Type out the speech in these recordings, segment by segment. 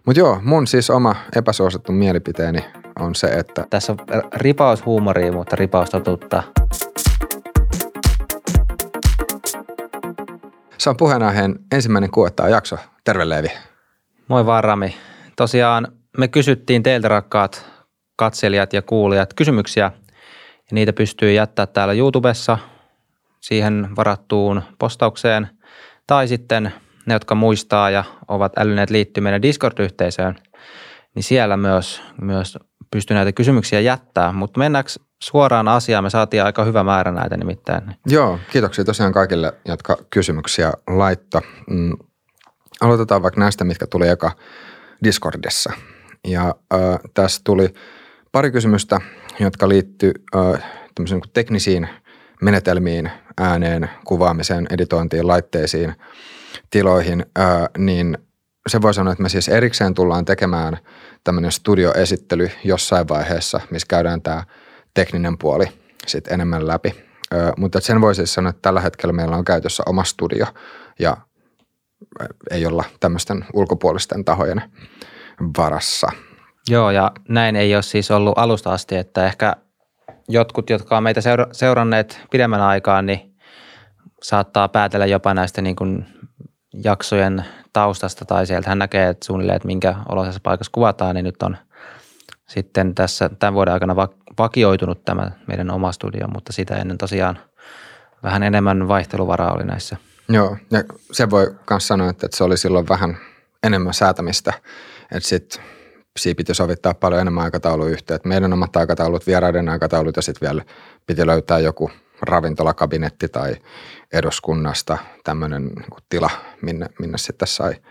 Mutta joo, mun siis oma epäsuosittu mielipiteeni on se, että Tässä on ripaus huumoria, mutta ripaus totuutta. se on puheenaiheen ensimmäinen Kuettaa jakso. Terve Leevi. Moi vaan Rami. Tosiaan me kysyttiin teiltä rakkaat katselijat ja kuulijat kysymyksiä ja niitä pystyy jättämään täällä YouTubessa siihen varattuun postaukseen tai sitten ne, jotka muistaa ja ovat älyneet liittyä meidän Discord-yhteisöön, niin siellä myös pystyy näitä kysymyksiä jättämään, mutta mennäänkö suoraan asiaan? Me saatiin aika hyvä määrä näitä nimittäin. Joo, kiitoksia tosiaan kaikille, jotka kysymyksiä laitto. Aloitetaan vaikka näistä, mitkä tuli eka Discordissa. Ja tässä tuli pari kysymystä, jotka liittyy tämmöisiin teknisiin menetelmiin, ääneen, kuvaamiseen, editointiin, laitteisiin, tiloihin, niin se voi sanoa, että me siis erikseen tullaan tekemään tämmöinen studioesittely jossain vaiheessa, missä käydään tämä tekninen puoli sitten enemmän läpi. Mutta sen voi siis sanoa, että tällä hetkellä meillä on käytössä oma studio ja ei olla tämmöisten ulkopuolisten tahojen varassa. Joo, ja näin ei ole siis ollut alusta asti, että ehkä jotkut, jotka on meitä seuranneet pidemmän aikaa, niin saattaa päätellä jopa näistä niin kuin jaksojen taustasta tai sieltä hän näkee, että suunnilleen, että minkä oloisessa paikassa kuvataan, niin nyt on sitten tässä tämän vuoden aikana vakioitunut tämä meidän oma studio, mutta sitä ennen tosiaan vähän enemmän vaihteluvaraa oli näissä. Joo, ja se voi myös sanoa, että se oli silloin vähän enemmän säätämistä, että sitten siinä piti sovittaa paljon enemmän aikatauluja yhteen. Että meidän omat aikataulut, vieraiden aikataulut ja sitten vielä piti löytää joku ravintolakabinetti tai eduskunnasta tämmöinen niin tila, minne sitten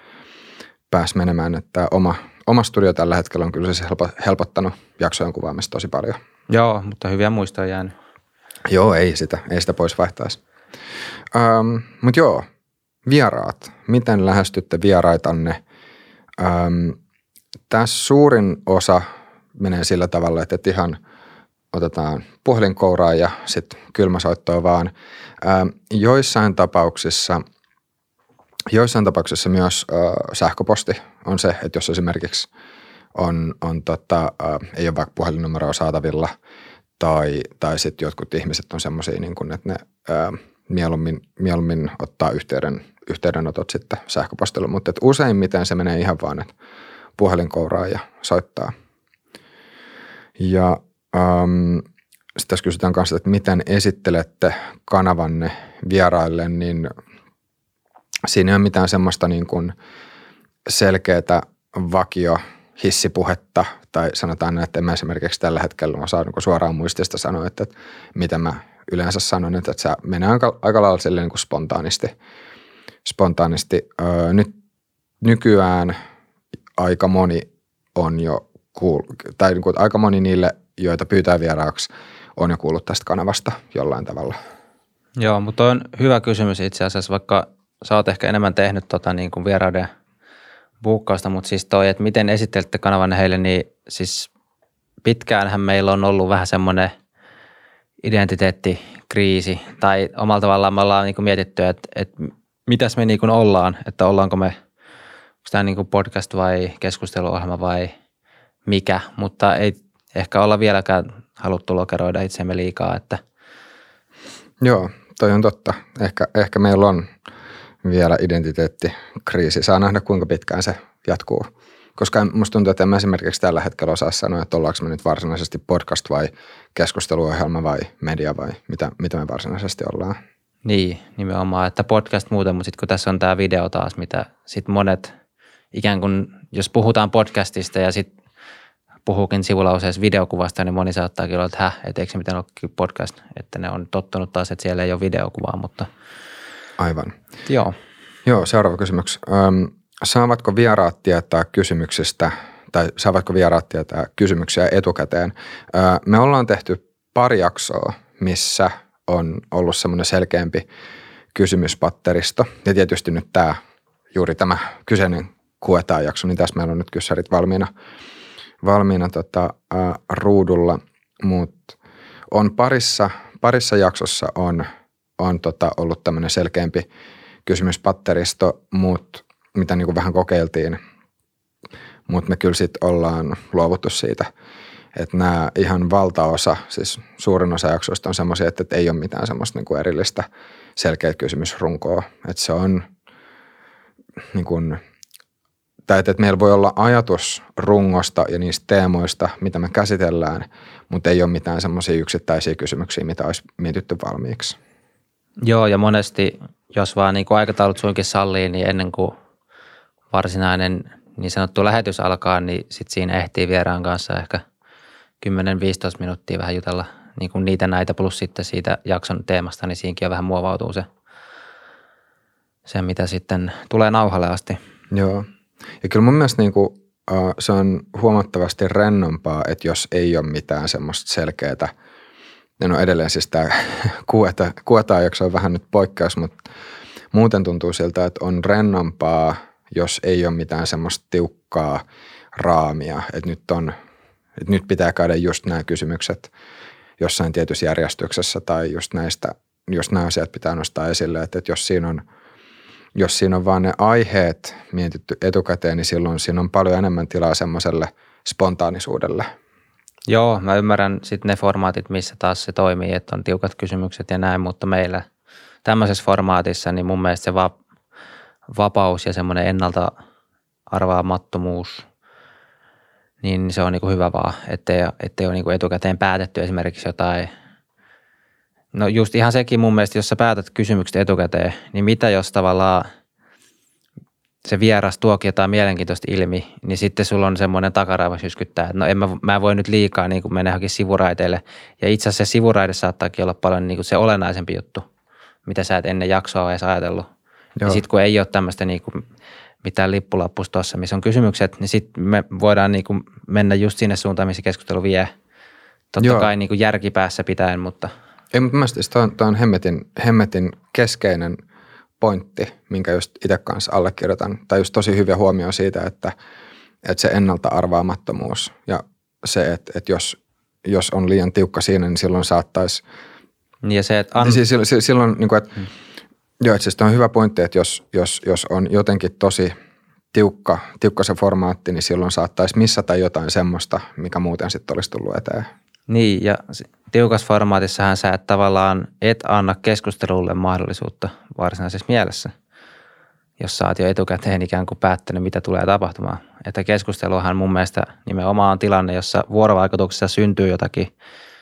pääsi menemään. Että oma studio tällä hetkellä on kyllä siis helpottanut jaksojen kuvaamista tosi paljon. Joo, mutta hyviä muistoja jäänyt. Joo, ei sitä pois vaihtaisi. Mutta joo, vieraat. Miten lähestytte vieraitanne? Tässä suurin osa menee sillä tavalla, että ihan otetaan puhelinkouraa ja sitten kylmäsoittoa vaan. Joissain tapauksissa myös sähköposti on se, että jos esimerkiksi ei ole vaikka puhelinnumeroa saatavilla tai sitten jotkut ihmiset on semmoisia, niin kun, että ne mieluummin ottaa yhteydenotot sitten sähköpostilla, mutta useimmiten se menee ihan vaan, että puhelinkouraa ja soittaa. Ja sitten tässä kysytään kanssa, että miten esittelette kanavanne vieraille, niin siinä ei ole mitään semmoista niin kuin selkeätä vakio hissipuhetta tai sanotaan, että en esimerkiksi tällä hetkellä osaa niin suoraan muistista sanoa, että mitä mä yleensä sanon, että se menee aika lailla silleen niin kuin spontaanisti. Nyt nykyään aika moni on jo tai niin kuin aika moni niille, joita pyytää vieraaksi, on jo kuullut tästä kanavasta jollain tavalla. Joo, mutta on hyvä kysymys itse asiassa, vaikka sä oot ehkä enemmän tehnyt niin kuin vierauden buukkausta, mutta siis että miten esittelette kanavanne heille, niin siis pitkäänhän meillä on ollut vähän semmoinen identiteettikriisi tai omalla tavallaan me ollaan niin kuin mietitty, että mitäs me niin kuin ollaan, että ollaanko me, onko tämä niin kuin podcast vai keskusteluohjelma vai mikä, mutta ei ehkä olla vieläkään haluttu lokeroida itseämme liikaa, että. Joo, toi on totta. Ehkä meillä on vielä identiteettikriisi. Saa nähdä, kuinka pitkään se jatkuu. Koska musta tuntuu, että en mä esimerkiksi tällä hetkellä osaa sanoa, että ollaanko me nyt varsinaisesti podcast vai keskusteluohjelma vai media vai mitä me varsinaisesti ollaan. Niin, nimenomaan, että podcast muuten, mutta sitten kun tässä on tämä video taas, mitä sitten monet ikään kuin, jos puhutaan podcastista ja sitten puhuukin sivulauseessa videokuvasta, niin moni saattaa olla, että eikö se mitään ole podcast, että ne on tottunut taas, että siellä ei ole videokuvaa, mutta. Aivan. Joo, seuraava kysymys. Saavatko vieraat tietää kysymyksistä tai saavatko vieraat tietää kysymyksiä etukäteen? Me ollaan tehty pari jaksoa, missä on ollut semmoinen selkeämpi kysymyspatteristo ja tietysti nyt juuri tämä kyseinen Kuetaan-jakso, niin tässä meillä on nyt kyssärit valmiina ruudulla, mutta on parissa jaksossa on ollut tämmöinen selkeämpi kysymyspatteristo, mutta mitä niin kuin vähän kokeiltiin mutta me kyllä sitten ollaan luovuttu siitä, että nämä ihan valtaosa, siis suurin osa jaksoista on semmoisia, että ei ole mitään semmoista niin kuin erillistä selkeä kysymysrunkoa, että se on niin kuin, tai että meillä voi olla ajatus rungosta ja niistä teemoista, mitä me käsitellään, mutta ei ole mitään semmoisia yksittäisiä kysymyksiä, mitä olisi mietitty valmiiksi. Joo, ja monesti, jos vaan niin kuin aikataulut suinkin sallii, niin ennen kuin varsinainen niin sanottu lähetys alkaa, niin sitten siinä ehtii vieraan kanssa ehkä 10-15 minuuttia vähän jutella niin kuin niitä näitä, plus sitten siitä jakson teemasta, niin siinäkin jo vähän muovautuu se mitä sitten tulee nauhalle asti. Joo. Ja kyllä mun mielestä niin kuin, se on huomattavasti rennompaa, että jos ei ole mitään semmoista selkeää, no edelleen siis tämä kueta-jakso on vähän nyt poikkeus, mutta muuten tuntuu siltä, että on rennompaa, jos ei ole mitään semmoista tiukkaa raamia, että nyt pitää käydä just nämä kysymykset jossain tietyssä järjestyksessä tai just nämä asiat pitää nostaa esille, että jos siinä on vaan ne aiheet mietitty etukäteen, niin silloin siinä on paljon enemmän tilaa semmoiselle spontaanisuudelle. Joo, mä ymmärrän sitten ne formaatit, missä taas se toimii, että on tiukat kysymykset ja näin, mutta meillä tämmöisessä formaatissa, niin mun mielestä se vapaus ja semmoinen ennalta arvaamattomuus, niin se on niinku hyvä vaan, ettei ole niinku etukäteen päätetty esimerkiksi jotain. No just ihan sekin mun mielestä, jos sä päätät kysymykset etukäteen, niin mitä jos tavallaan se vieras tuokin jotain mielenkiintoista ilmi, niin sitten sulla on semmoinen takaraiva syskyttää, että no mä voi nyt liikaa niin kuin mennä johonkin sivuraiteille. Ja itse asiassa se sivuraide saattaakin olla paljon niin kuin se olennaisempi juttu, mitä sä et ennen jaksoa edes ajatellut. Joo. Ja sitten kun ei ole tämmöistä niin kuin mitään lippulappusta tuossa, missä on kysymykset, niin sitten me voidaan niin kuin mennä just sinne suuntaan, missä keskustelu vie. Totta Joo. kai niin kuin järkipäässä pitäen, mutta... Ei, mutta mielestäni toi on hemmetin keskeinen pointti, minkä just itse kanssa allekirjoitan. Tai just tosi hyviä huomioon siitä, että se ennalta arvaamattomuus ja se, että jos on liian tiukka siinä, niin silloin saattaisi... Ja se, että... Silloin, niin kuin, että... Joo, että siis on hyvä pointti, että jos on jotenkin tosi tiukka se formaatti, niin silloin saattaisi missata jotain semmoista, mikä muuten sitten olisi tullut eteen. Niin, ja tiukassa formaatissahan sä et tavallaan anna keskustelulle mahdollisuutta varsinaisessa mielessä, jos sä oot jo etukäteen ikään kuin päättänyt, mitä tulee tapahtumaan. Että keskusteluhan mun mielestä nimenomaan on tilanne, jossa vuorovaikutuksessa syntyy jotakin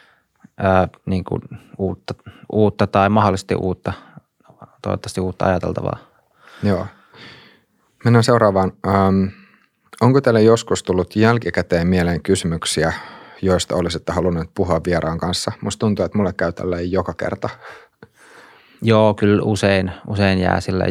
niin kuin uutta tai mahdollisesti toivottavasti uutta ajateltavaa. Joo. Mennään seuraavaan. Onko teille joskus tullut jälkikäteen mieleen kysymyksiä, joista olisitte halunneet puhua vieraan kanssa? Musta tuntuu, että mulle käy tälleen joka kerta. Joo, kyllä usein jää sille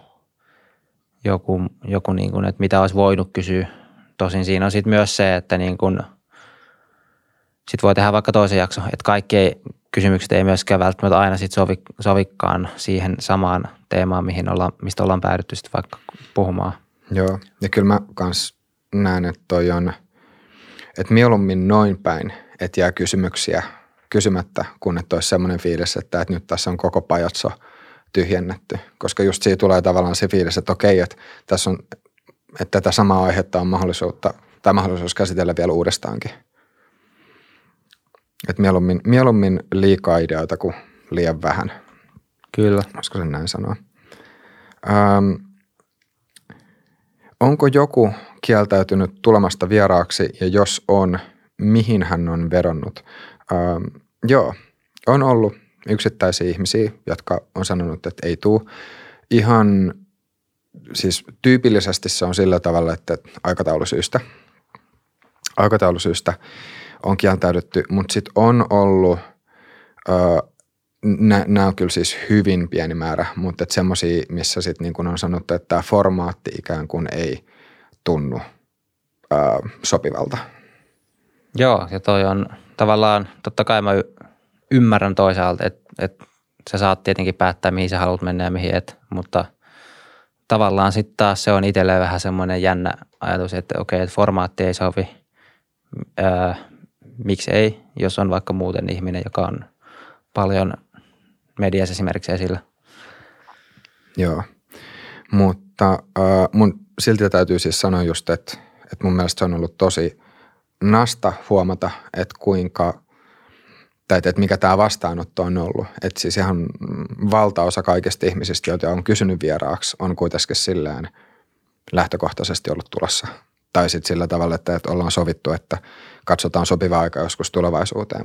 joku niin kuin, että mitä olisi voinut kysyä. Tosin siinä on sitten myös se, että niin kuin, sit voi tehdä vaikka toisen jakson, että kaikki kysymykset ei myöskään välttämättä aina sit sovikkaan siihen samaan teemaan, mistä ollaan päädytty sitten vaikka puhumaan. Joo, ja kyllä mä kans näen, että toi on, että mieluummin noin päin, että jää kysymyksiä kysymättä, kun että olisi semmoinen fiilis, että nyt tässä on koko pajatso tyhjennetty. Koska just siitä tulee tavallaan se fiilis, että okei, että tässä on, että tätä samaa aihetta on mahdollisuus käsitellä vielä uudestaankin. Että mieluummin liikaa ideoita kuin liian vähän. Kyllä. Olisiko sen näin sanoa? Onko joku kieltäytynyt tulemasta vieraaksi ja jos on, mihin hän on vedonnut? Joo, on ollut yksittäisiä ihmisiä, jotka on sanonut, että ei tule. Ihan siis tyypillisesti se on sillä tavalla, että aikataulusyistä on kieltäydytty, mutta sitten on ollut, nämä on kyllä siis hyvin pieni määrä, mutta semmoisia, missä sitten niin kun on sanottu, että tämä formaatti ikään kuin ei tunnu sopivalta. Joo, ja toi on tavallaan, totta kai mä ymmärrän toisaalta, että sä saat tietenkin päättää, mihin sä haluat mennä ja mihin et, mutta tavallaan sitten taas se on itselleen vähän semmoinen jännä ajatus, että okei, että formaatti ei sovi. Miksi ei, jos on vaikka muuten ihminen, joka on paljon mediassa esimerkiksi esillä. Joo, mutta mun silti täytyy siis sanoa just, että Et mun mielestä se on ollut tosi nasta huomata, että mikä tämä vastaanotto on ollut. Että siis ihan valtaosa kaikista ihmisistä, joita on kysynyt vieraaksi, on kuitenkin silleen lähtökohtaisesti ollut tulossa. Tai sitten sillä tavalla, että ollaan sovittu, että katsotaan sopiva aika joskus tulevaisuuteen.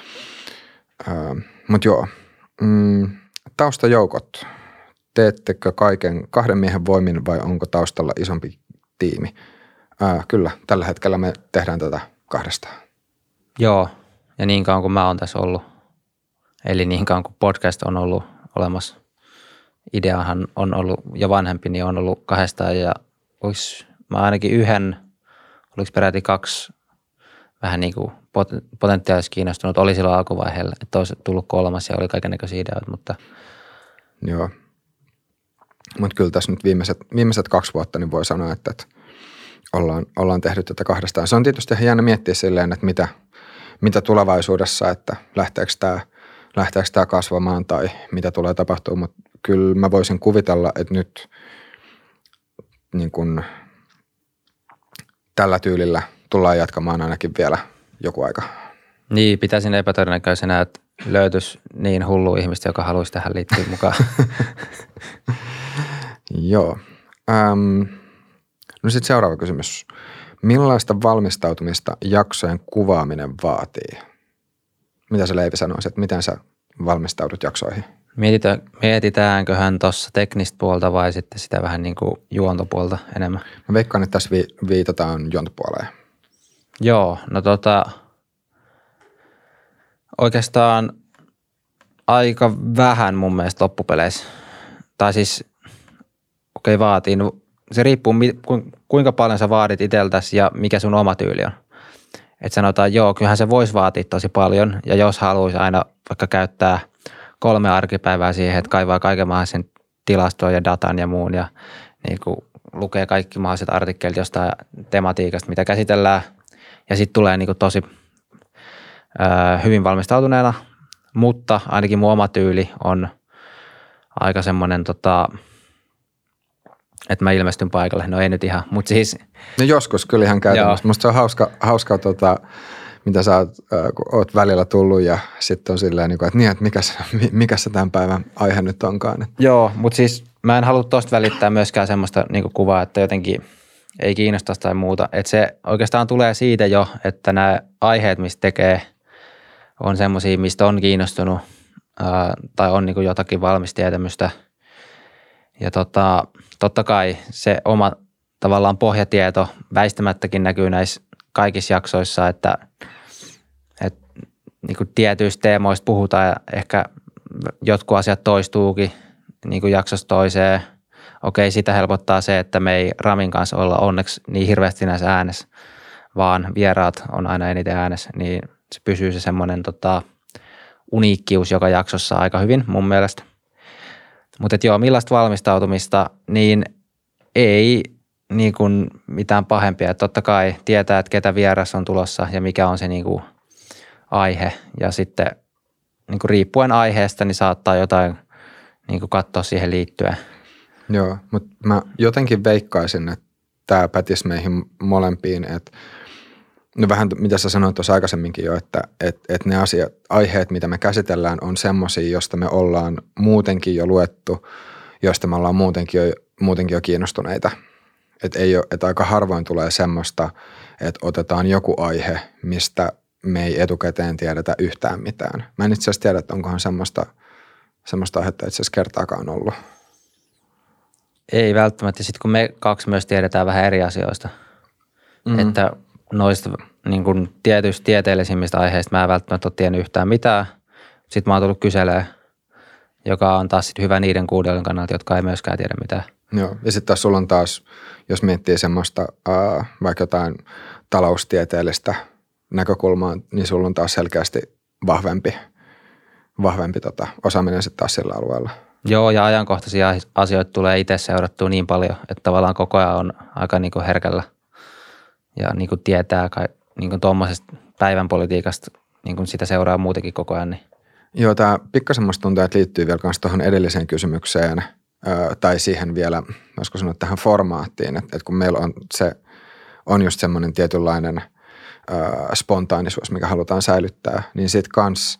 Mutta joo, taustajoukot. Teettekö kaiken 2 miehen voimin vai onko taustalla isompi tiimi? Kyllä, tällä hetkellä me tehdään tätä 2. Joo, ja niin kauan kuin mä oon tässä ollut, eli niin kauan kuin podcast on ollut olemassa, ideahan on ollut jo vanhempi, niin on ollut 2 ja mä ainakin 1, oliko peräti 2 vähän niin kuin potentiaalisesti kiinnostunut, oli silloin alkuvaiheella, että olisi tullut 3 ja oli kaikennäköisiä ideoita, mutta... Joo, mutta kyllä tässä nyt viimeiset 2 vuotta niin voi sanoa, että ollaan tehty tätä 2. Se on tietysti ihan jännä miettiä silleen, että mitä tulevaisuudessa, että lähteekö tämä kasvamaan tai mitä tulee tapahtumaan, mutta kyllä mä voisin kuvitella, että nyt niin kun tällä tyylillä tullaan jatkamaan ainakin vielä joku aika. Niin, pitäisin epätodennäköisenä, että löytyisi niin hullu ihmistä, joka haluaisi tähän liittyä mukaan. Joo. No sitten seuraava kysymys. Millaista valmistautumista jaksojen kuvaaminen vaatii? Mitä sä Leivi sanoisit, että miten sä valmistaudut jaksoihin? Mietitäänköhän tuossa teknistä puolta vai sitten sitä vähän niin kuin juontopuolta enemmän? Mä veikkaan, että tässä viitataan juontopuoleen. Joo, no oikeastaan aika vähän mun mielestä loppupeleissä. Tai siis, vaatii. No, se riippuu, kuinka paljon sä vaadit itseltäsi ja mikä sun oma tyyli on. Että sanotaan, joo, kyllähän se voisi vaatia tosi paljon. Ja jos haluaisi aina vaikka käyttää 3 arkipäivää siihen, että kaivaa kaiken mahdollisen tilastoon ja datan ja muun ja niin kuin lukee kaikki mahdolliset artikkelit jostain tematiikasta, mitä käsitellään. Ja sitten tulee niin kuin tosi hyvin valmistautuneena, mutta ainakin mun oma tyyli on aika semmoinen, että mä ilmestyn paikalle. No ei nyt ihan, mutta siis... No joskus kyllä ihan käytännössä. Musta se on hauska mitä sä oot välillä tullut ja sitten on silleen, että mikä se tämän päivän aihe nyt onkaan. Joo, mutta siis mä en halua tosta välittää myöskään semmoista niin kuvaa, että jotenkin ei kiinnosta tai muuta. Että se oikeastaan tulee siitä jo, että nämä aiheet, mistä tekee, on semmoisia, mistä on kiinnostunut tai on niin jotakin valmistietämystä. Ja totta kai se oma tavallaan pohjatieto väistämättäkin näkyy näissä kaikissa jaksoissa, että niin kuin tietyistä teemoista puhutaan ja ehkä jotkut asiat toistuukin niin kuin jaksosta toiseen. Okei, sitä helpottaa se, että me ei Ramin kanssa olla onneksi niin hirveästi näissä äänessä, vaan vieraat on aina eniten äänessä, niin se pysyy se semmoinen uniikkius joka jaksossa aika hyvin mun mielestä. Mutta joo, millaista valmistautumista, niin ei niin kuin mitään pahempia. Totta kai tietää, että ketä vieras on tulossa ja mikä on se niin kuin aihe. Ja sitten niin kuin riippuen aiheesta, niin saattaa jotain niin kuin katsoa siihen liittyen. Joo, mutta mä jotenkin veikkaisin, että tämä pätisi meihin molempiin, että no vähän mitä sä sanoit tuossa aikaisemminkin jo, että ne aiheet, mitä me käsitellään, on semmoisia, joista me ollaan muutenkin jo luettu, joista me ollaan muutenkin jo kiinnostuneita. Että aika harvoin tulee semmoista, että otetaan joku aihe, mistä me ei etukäteen tiedetä yhtään mitään. Mä en itse asiassa tiedä, että onkohan semmoista aihetta itse asiassa kertaakaan ollut. Ei välttämättä. Sitten kun me 2 myös tiedetään vähän eri asioista, että noista niin kuin tietyistä tieteellisimmistä aiheista mä en välttämättä ole tiennyt yhtään mitään. Sitten mä oon tullut kyselemään, joka on taas sit hyvä niiden 6 kannalta, jotka ei myöskään tiedä mitään. Joo, ja sitten taas sulla on taas, jos miettii semmoista vaikka jotain taloustieteellistä näkökulmaa, niin sulla on taas selkeästi vahvempi osaaminen sitten taas sillä alueella. Joo, ja ajankohtaisia asioita tulee itse seurattua niin paljon, että tavallaan koko ajan on aika niin kuin herkällä ja niin kuin tietää niin kuin tuommoisesta päivän politiikasta, niin kuin sitä seuraa muutenkin koko ajan. Niin. Joo, tämä pikkasen musta tuntuu, että liittyy vielä myös tuohon edelliseen kysymykseen tai siihen vielä, voisiko sanoa tähän formaattiin, että kun meillä on se on just semmoinen tietynlainen spontaanisuus, mikä halutaan säilyttää, niin sitten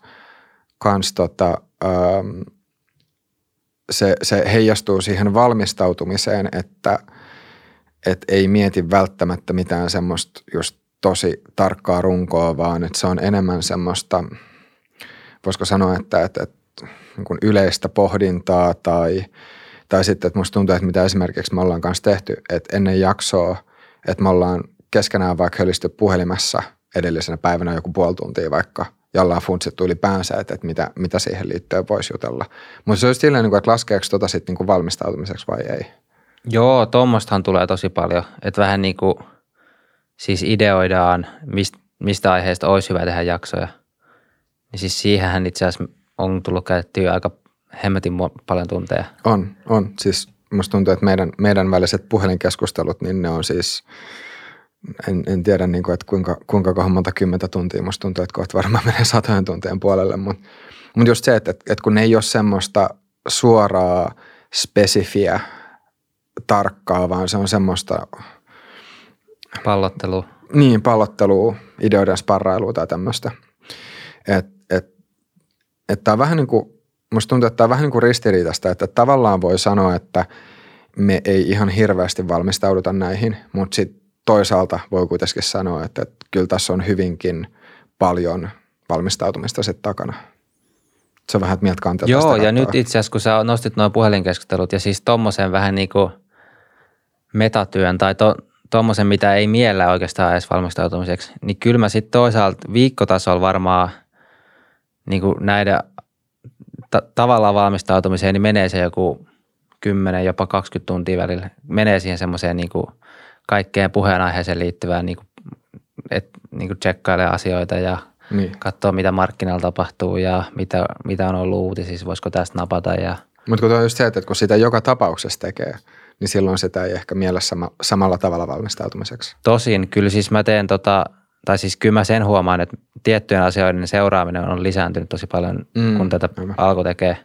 se heijastuu siihen valmistautumiseen, että ei mieti välttämättä mitään semmoista just tosi tarkkaa runkoa, vaan että se on enemmän semmoista, voisiko sanoa, että niin kuin yleistä pohdintaa tai sitten, että musta tuntuu, että mitä esimerkiksi me ollaan kanssa tehty, että ennen jaksoa, että me ollaan keskenään vaikka hölisty puhelimessa edellisenä päivänä joku puoli tuntia vaikka, ja ollaan funtsittu ylipäänsä, että mitä siihen liittyen voisi jutella. Mutta se olisi silleen, että laskeeko sitten niin valmistautumiseksi vai ei? Joo, tuommoistahan tulee tosi paljon, että vähän niin kuin siis ideoidaan, mistä aiheesta olisi hyvä tehdä jaksoja. Niin siis siihenhän itse asiassa on tullut käytettyä aika hemmetin paljon tunteja. On. Siis musta tuntuu, että meidän väliset puhelinkeskustelut, niin ne on siis, en tiedä niin kuin, että kuinka monta 10 tuntia. Musta tuntuu, että kohta varmaan menee 100 tuntien puolelle. Mutta just se, että kun ne ei ole semmoista suoraa, spesifiä, tarkkaa, vaan se on semmoista pallottelua. Niin, pallottelua, ideoiden sparrailua tai tämmöistä. Että on vähän niin kuin, musta tuntuu, että tämä on vähän niin kuin ristiriitaista, että tavallaan voi sanoa, että me ei ihan hirveästi valmistauduta näihin, mutta sitten toisaalta voi kuitenkin sanoa, että kyllä tässä on hyvinkin paljon valmistautumista sitten takana. Se on vähän, että miltä kantilta Joo, sitä ja katsoa. nyt itse asiassa, kun sä nostit nuo puhelinkeskustelut ja siis tommosen vähän niin kuin metatyön tai tommosen, mitä ei miellä oikeastaan edes valmistautumiseksi, niin kyllä mä sitten toisaalta viikkotasolla varmaan niin kuin näiden tavallaan valmistautumiseen, niin menee se joku 10, jopa 20 tuntia välillä. Menee siihen semmoiseen niin kuin kaikkeen puheenaiheeseen liittyvään, niin kuin tsekkailee asioita ja katsoo, mitä markkinoilla tapahtuu ja mitä on ollut uutisissa, voisiko tästä napata. Mutta kun on just se, että kun sitä joka tapauksessa tekee, niin silloin sitä ei ehkä mielessä samalla tavalla valmistautumiseksi. Tosin, kyllä siis mä teen tai siis kyllä mä sen huomaan, että tiettyjen asioiden seuraaminen on lisääntynyt tosi paljon, kun tätä alkoi tekee.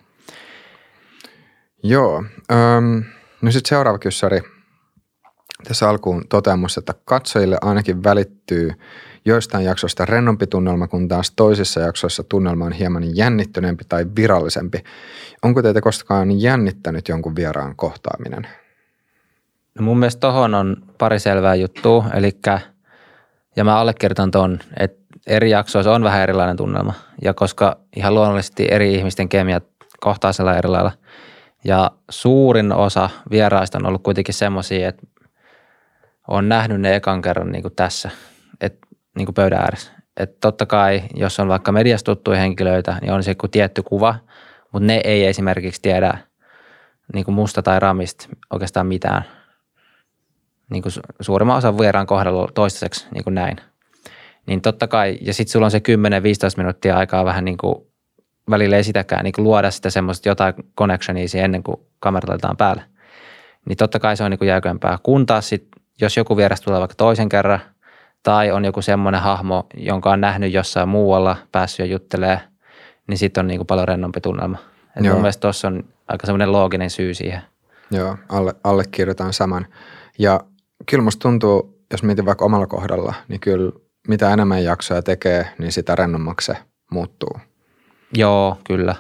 Joo. No sitten seuraava kyssäri. Tässä alkuun toteamus, että katsojille ainakin välittyy joistain jaksoista rennompi tunnelma, kun taas toisissa jaksoissa tunnelma on hieman jännittyneempi tai virallisempi. Onko teitä koskaan jännittänyt jonkun vieraan kohtaaminen? No mun mielestä tohon on pari selvää juttua, ja mä allekirjoitan ton, että eri jaksoissa on vähän erilainen tunnelma. Ja koska ihan luonnollisesti eri ihmisten kemiat kohtaa sellainen eri lailla. Ja suurin osa vieraista on ollut kuitenkin semmoisia, että on nähnyt ne ekan kerran niin kuin tässä, että niin kuin pöydän ääressä. Että totta kai, jos on vaikka mediasta tuttuja henkilöitä, niin on se joku tietty kuva, mutta ne ei esimerkiksi tiedä niin kuin musta tai ramista oikeastaan mitään. Niin kuin suurimman osan vieraan kohdalla toistaiseksi niin kuin näin. Niin totta kai, ja sitten sulla on se 10-15 minuuttia aikaa vähän niin kuin välillä ei sitäkään niin kuin luoda sitä semmoista jotain connectionia ennen kuin kamerat laitetaan päälle. Niin totta kai se on niin kuin jäykempää. Kun taas sitten, jos joku vieras tulee vaikka toisen kerran, tai on joku semmoinen hahmo, jonka on nähnyt jossain muualla, päässyt jo juttelemaan, niin sitten on niin kuin paljon rennompi tunnelma. Et mun mielestä tuossa on aika semmoinen looginen syy siihen. Joo, allekirjoitan saman. Ja kyllä musta tuntuu, jos mietin vaikka omalla kohdalla, niin kyllä mitä enemmän jaksoja tekee, niin sitä rennommaksi se muuttuu. Joo, kyllä.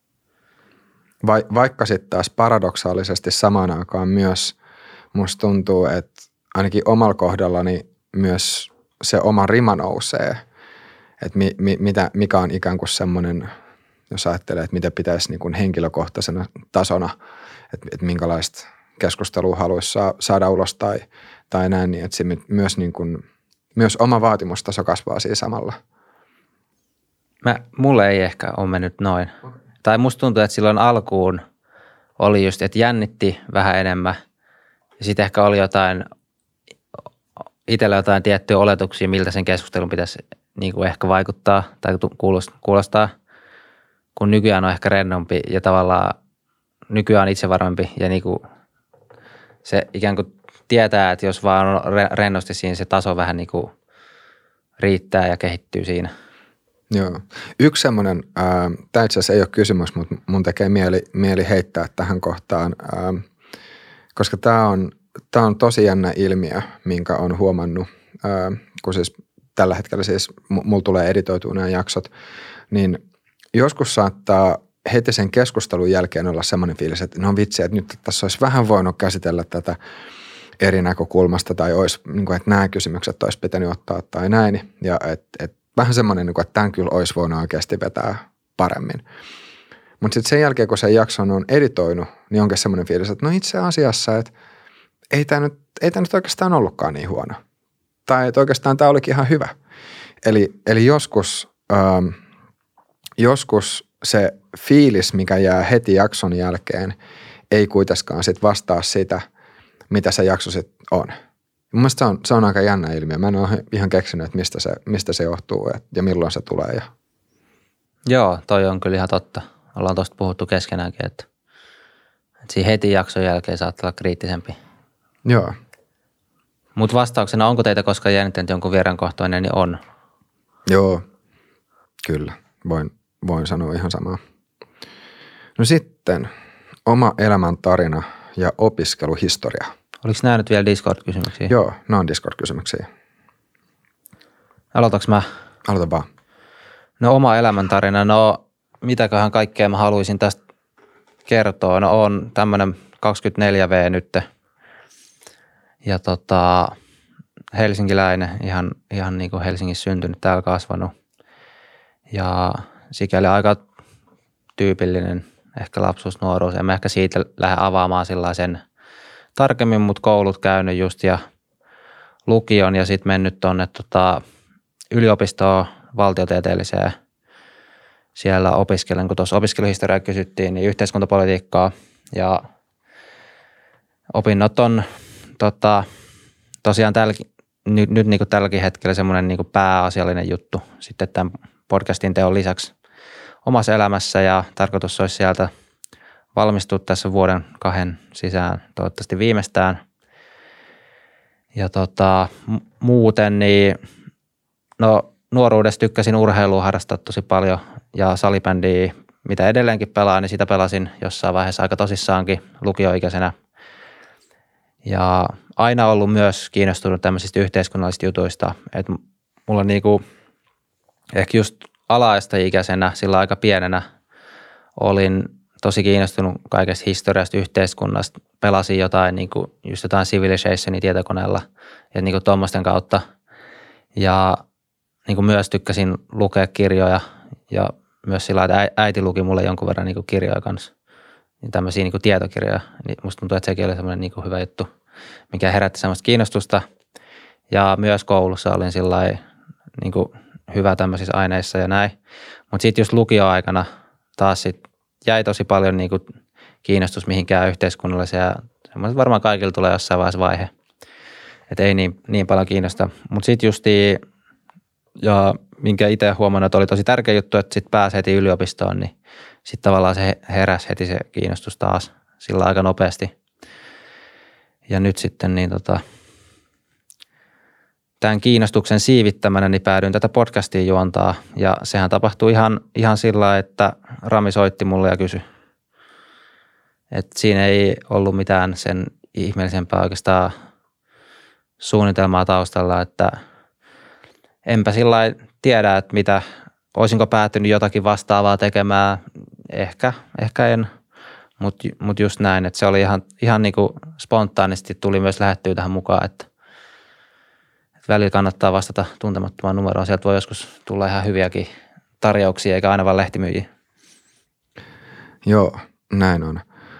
Vaikka sitten taas paradoksaalisesti samaan aikaan myös musta tuntuu, että ainakin omalla kohdallani myös se oma rima nousee. Että mikä on ikään kuin semmoinen, jos ajattelee, että mitä pitäisi niin kuin henkilökohtaisena tasona, että minkälaista keskustelua haluaisi saada ulos tai näin, niin että se myös oma vaatimustaso kasvaa siinä samalla. Mulle ei ehkä ole mennyt noin. Okay. Tai musta tuntuu, että silloin alkuun oli just, että jännitti vähän enemmän. Ja sitten ehkä oli itsellä jotain tiettyjä oletuksia, miltä sen keskustelun pitäisi niin kuin ehkä vaikuttaa tai kuulostaa. Kun nykyään on ehkä rennompi ja tavallaan nykyään on itsevarmempi ja niin kuin se ikään kuin tietää, että jos vaan on rennosti siinä, se taso vähän niin kuin riittää ja kehittyy siinä. Joo. Yksi semmoinen, tämä itse asiassa ei ole kysymys, mutta mun tekee mieli heittää tähän kohtaan, koska tämä tämä on tosi jännä ilmiö, minkä on huomannut, kun siis tällä hetkellä siis mulla tulee editoitua nämä jaksot, niin joskus saattaa heti sen keskustelun jälkeen olla semmoinen fiilis, että no vitsi, että nyt tässä olisi vähän voinut käsitellä tätä eri näkökulmasta tai olisi, niin kuin, että nämä kysymykset olisi pitänyt ottaa tai näin. Ja että vähän semmoinen, että tämän kyllä olisi voinut oikeasti vetää paremmin. Mutta sitten sen jälkeen, kun sen jakson on editoinut, niin onkin semmoinen fiilis, että no itse asiassa, että ei tämä nyt oikeastaan ollutkaan niin huono. Tai että oikeastaan tämä olikin ihan hyvä. Eli joskus se fiilis, mikä jää heti jakson jälkeen, ei kuitenkaan sit vastaa sitä, mitä se jakso sitten on. Mun mielestä se on aika jännä ilmiö. Mä en ole ihan keksinyt, että mistä se johtuu ja milloin se tulee. Joo, toi on kyllä ihan totta. Ollaan tuosta puhuttu keskenäänkin, että siinä heti jakson jälkeen saattaa olla kriittisempi. Joo. Mutta vastauksena, onko teitä koskaan jännittänyt jonkun vieraan kohtainen, niin on. Joo, kyllä. Voin sanoa ihan samaa. No sitten oma elämäntarina ja opiskeluhistoria. Oliko nämä nyt vielä Discord-kysymyksiä? Joo, nämä on Discord-kysymyksiä. Aloitaks mä? Aloita vaan. No oma elämäntarina, no mitäköhän kaikkea mä haluaisin tästä kertoa. No on tämmönen 24V nyt ja helsinkiläinen, ihan niin kuin Helsingissä syntynyt, täällä kasvanut ja sikäli aika tyypillinen ehkä lapsuus, nuoruus. En mä ehkä siitä lähde avaamaan sellaisen tarkemmin, mutta koulut käynyt just ja lukion ja sitten mennyt tuonne yliopistoon valtiotieteelliseen. Siellä opiskelen, kun tuossa opiskeluhistoriaa kysyttiin, niin yhteiskuntapolitiikkaa ja opinnot on tosiaan nyt niin kuin tälläkin hetkellä semmoinen niin kuin pääasiallinen juttu sitten tämän podcastin teon lisäksi omassa elämässä ja tarkoitus olisi sieltä valmistua tässä vuoden 2 sisään toivottavasti viimeistään. Ja muuten niin no nuoruudessa tykkäsin urheilua harrastaa tosi paljon ja salibändiä, mitä edelleenkin pelaan, niin sitä pelasin jossain vaiheessa aika tosissaankin lukioikäisenä. Ja aina ollut myös kiinnostunut tämmöisistä yhteiskunnallisista jutuista, että mulla niinku ehkä just ala-asteikäisenä, sillä aika pienenä olin tosi kiinnostunut kaikesta historiasta, yhteiskunnasta. Pelasin jotain, niinku just jotain Civilizationia tietokoneella ja niinku tuommoisten kautta. Ja niinku myös tykkäsin lukea kirjoja ja myös sillä että äiti luki mulle jonkun verran niinku kirjoja kanssa. Niin tämmöisiä niinku tietokirjoja. Niin musta tuntuu, että sekin oli semmoinen niinku hyvä juttu, mikä herätti semmoista kiinnostusta. Ja myös koulussa olin sillai niinku hyvä tämmöisissä aineissa ja näin. Mutta sitten just lukioaikana taas sit jäi tosi paljon niinku kiinnostus mihinkään yhteiskunnalliseen ja semmoiset varmaan kaikilla tulee jossain vaiheessa vaihe. Että ei niin paljon kiinnosta. Mutta sitten justiin, ja minkä itse huomannut, että oli tosi tärkeä juttu, että sitten pääsi heti yliopistoon, niin sitten tavallaan se heräsi heti se kiinnostus taas sillä aika nopeasti. Ja nyt sitten niin tämän kiinnostuksen siivittämänä niin päädyin tätä podcastia juontaa ja sehän tapahtui ihan sillä, että Rami soitti mulle ja kysyi. Että siinä ei ollut mitään sen ihmeellisempää oikeastaan suunnitelmaa taustalla, että enpä sillä tiedä, että mitä, olisinko päätynyt jotakin vastaavaa tekemään, ehkä en, mutta just näin, että se oli ihan niin kuin spontaanisti tuli myös lähettyä tähän mukaan, että välillä kannattaa vastata tuntemattomaan numeroon, sieltä voi joskus tulla ihan hyviäkin tarjouksia, eikä aina vaan lehtimyyjiä. Joo, näin on.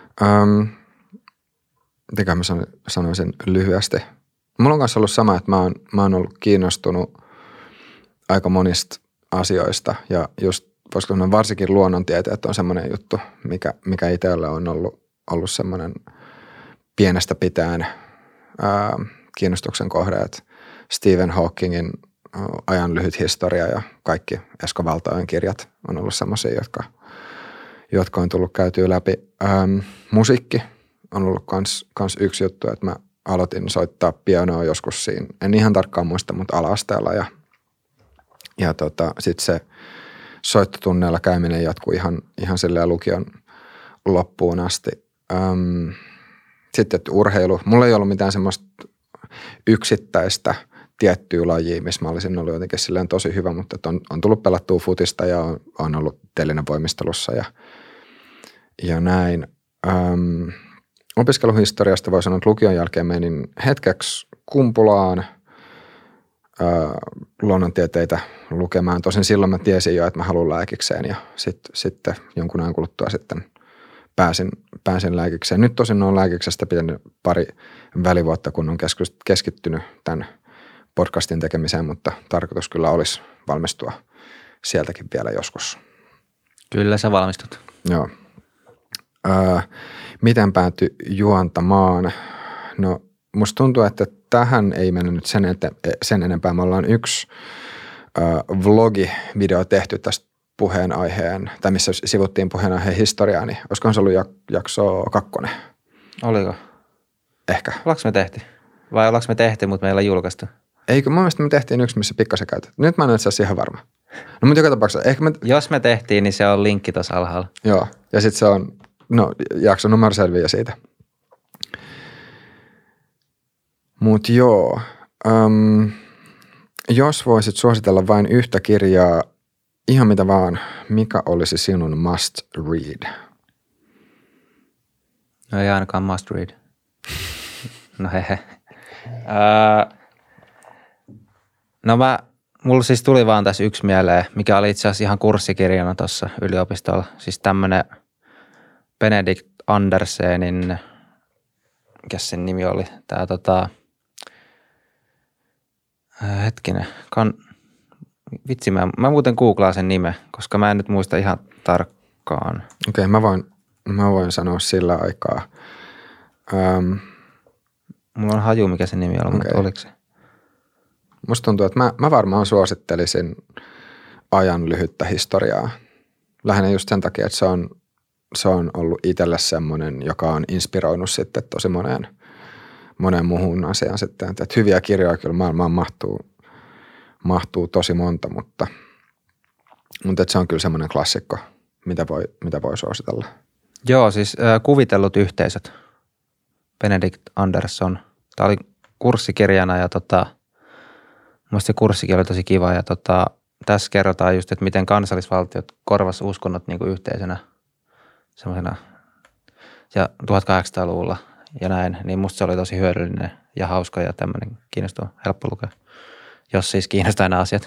Mitenköhän mä sanoisin lyhyesti. Mulla on kanssa ollut sama, että mä oon ollut kiinnostunut aika monista asioista ja just voisiko sanoa varsinkin luonnontieteet on semmoinen juttu, mikä itsellä on ollut semmoinen pienestä pitäen kiinnostuksen kohde, että Stephen Hawkingin Ajan lyhyt historia ja kaikki Esko Valtaojan kirjat on ollut semmoisia, jotka on tullut käytyä läpi. Musiikki on ollut kans yksi juttu, että mä aloitin soittaa pianoa joskus siinä, en ihan tarkkaan muista, mutta ala-asteella ja sitten se soittotunneilla käyminen jatkuu ihan silleen lukion loppuun asti. Sitten urheilu. Mulla ei ollut mitään semmoista yksittäistä tiettyä lajia, missä mä olisin ollut jotenkin silleen tosi hyvä, mutta on tullut pelattua futista ja on ollut telinevoimistelussa ja näin. Opiskeluhistoriasta voi sanoa, että lukion jälkeen menin hetkeksi Kumpulaan luonnontieteitä lukemaan. Tosin silloin mä tiesin jo, että mä haluan lääkikseen ja sitten jonkun ajan kuluttua sitten pääsin lääkikseen. Nyt tosin on lääkiksestä pitänyt pari välivuotta, kun on keskittynyt tämän podcastin tekemiseen, mutta tarkoitus kyllä olisi valmistua sieltäkin vielä joskus. Kyllä sä valmistut. Joo. Miten päätyi juontamaan? No musta tuntuu, että tähän ei mennyt sen enempää. Me ollaan yksi vlogivideo tehty tästä puheenaiheen, tai missä sivuttiin puheenaiheen historiaa, niin olisikohan se ollut jakso 2? Oliko? Ehkä. Ollaanko me tehty? Vai ollaanko me tehty, mutta meillä on julkaistu? Eikö, mun mielestä me tehtiin yksi, missä pikkasen käytetään. Nyt mä en ole itse asiassa ihan varma. No mutta joka tapauksessa, ehkä Jos me tehtiin, niin se on linkki tuossa alhaalla. Joo, ja sitten se on, jakso numero selviää siitä. Mut joo, jos voisit suositella vain yhtä kirjaa, ihan mitä vaan, mikä olisi sinun must read? No ei ainakaan must read. No hehe. No mulla siis tuli vaan tässä yksi mieleen, mikä oli itse asiassa ihan kurssikirjana tuossa yliopistolla. Siis tämmönen Benedict Andersenin, mikä sen nimi oli, tää hetkinen, vitsi mä muuten googlaan sen nimen, koska mä en nyt muista ihan tarkkaan. Okei, mä voin sanoa sillä aikaa. Mulla on haju, mikä se nimi oli, mutta oliko se? Musta tuntuu, että mä varmaan suosittelisin ajan lyhyttä historiaa. Lähinnä just sen takia, että se on ollut itselle semmoinen, joka on inspiroinut sitten tosi moneen muuhun asiaan sitten. Että hyviä kirjoja kyllä maailmaan mahtuu tosi monta, mutta että se on kyllä semmoinen klassikko, mitä voi suositella. Joo, siis Kuvitellut yhteisöt. Benedict Anderson. Tämä oli kurssikirjana ja musta se kurssikin oli tosi kiva ja tässä kerrotaan just, että miten kansallisvaltiot korvas uskonnot niin kuin yhteisönä semmoisena ja 1800-luvulla ja näin, niin musta se oli tosi hyödyllinen ja hauska ja tämmöinen kiinnostava, helppo lukea, jos siis kiinnostaa nämä asiat.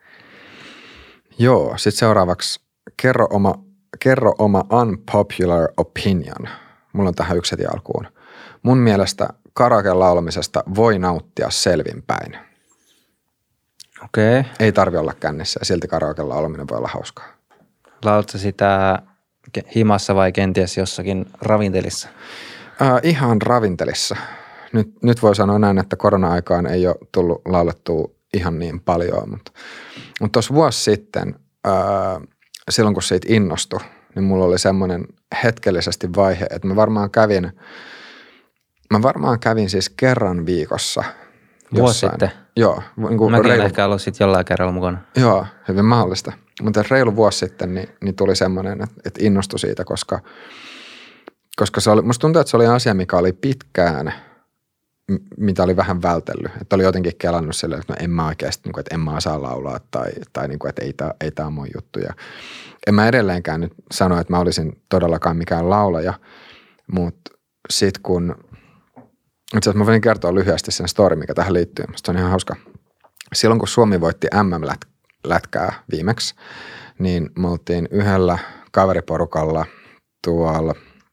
Joo, sitten seuraavaksi kerro oma unpopular opinion. Mulla on tähän yksi heti alkuun. Mun mielestä karaoken laulamisesta voi nauttia selvinpäin. Okei. Ei tarvi olla kännissä ja silti karaoken laulaminen voi olla hauskaa. Laulatko sitä himassa vai kenties jossakin ravintelissa? Ihan ravintelissa. Nyt voi sanoa näin, että korona-aikaan ei ole tullut laulettua ihan niin paljon, mutta tuossa vuosi sitten, silloin kun siitä innostui, niin mulla oli semmoinen hetkellisesti vaihe, että mä varmaan kävin siis kerran viikossa. Vuosi sitten? Joo. Niin mäkin olen ehkä ollut sitten jollain kerralla mukana. Joo, hyvin mahdollista. Mutta reilu vuosi sitten niin tuli semmoinen, että innostui siitä, koska se oli, musta tuntuu, että se oli asia, mikä oli pitkään, mitä oli vähän vältellyt. Että oli jotenkin kelannut silleen, että no en mä oikeasti, että en mä saa laulaa tai niin kuin, että ei tää ole mun juttu. Ja en mä edelleenkään nyt sano, että mä olisin todellakaan mikään laulaja, mutta sit kun, itse asiassa mä voin kertoa lyhyesti sen story, mikä tähän liittyy. Musta se on ihan hauska. Silloin kun Suomi voitti MM-lätkää viimeksi, niin me oltiin yhdellä kaveriporukalla tuolla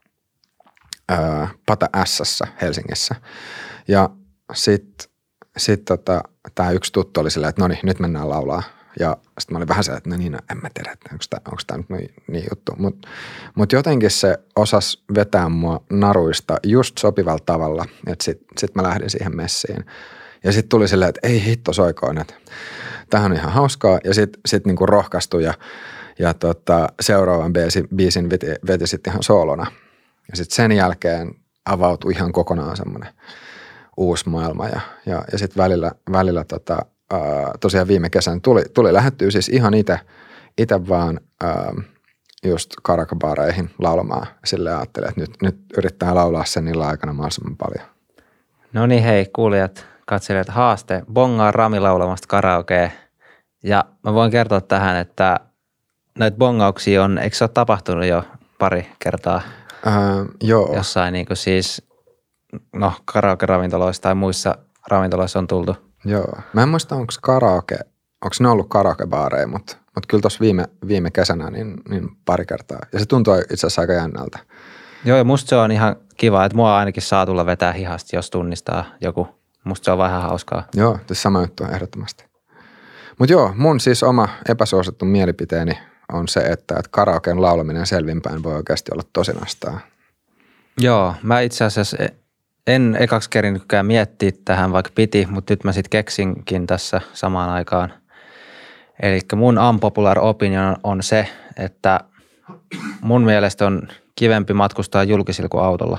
Pata Ässässä Helsingissä. Ja sitten tämä yksi tuttu oli silleen, että no niin, nyt mennään laulaa. Ja sitten mä olin vähän se, että no niin, no, en mä tiedä, että onko tämä nyt niin juttu. Mut jotenkin se osasi vetää mua naruista just sopivalla tavalla, että sit mä lähdin siihen messiin. Ja sitten tuli silleen, että ei hitto soikoon, että tämähän on ihan hauskaa. Ja sitten niinku rohkaistui ja seuraavan biisin veti sitten ihan soolona. Ja sitten sen jälkeen avautui ihan kokonaan semmoinen uusi maailma. Ja sitten välillä tosiaan viime kesän tuli lähdettyä siis ihan itse vaan just karaokebaareihin laulamaan. Silleen ajattelin, että nyt yrittää laulaa sen illan aikana mahdollisimman paljon. No niin, hei kuulijat, katselijat, haaste. Bongaa Rami laulamasta karaokea. Ja mä voin kertoa tähän, että näitä bongauksia on, eikö se ole tapahtunut jo pari kertaa? Joo. Jossain niin kuin siis, no karaoke-ravintoloissa tai muissa ravintoloissa on tultu. Joo. Mä en muista, onko ne ollut karaokebaareja, mutta kyllä tuossa viime kesänä niin pari kertaa. Ja se tuntuu itse asiassa aika jännältä. Joo, ja musta se on ihan kiva, että mua ainakin saa tulla vetää hihasta, jos tunnistaa joku. Musta se on vähän hauskaa. Joo, tässä sama juttu ehdottomasti. Mutta joo, mun siis oma epäsuosittu mielipiteeni on se, että karaoken laulaminen selvinpäin voi oikeasti olla tosinastaa. Joo, mä itse asiassa en ekaksi kerinytkään miettiä tähän, vaikka piti, mutta nyt mä sitten keksinkin tässä samaan aikaan. Eli mun unpopular opinion on se, että mun mielestä on kivempi matkustaa julkisilla kuin autolla.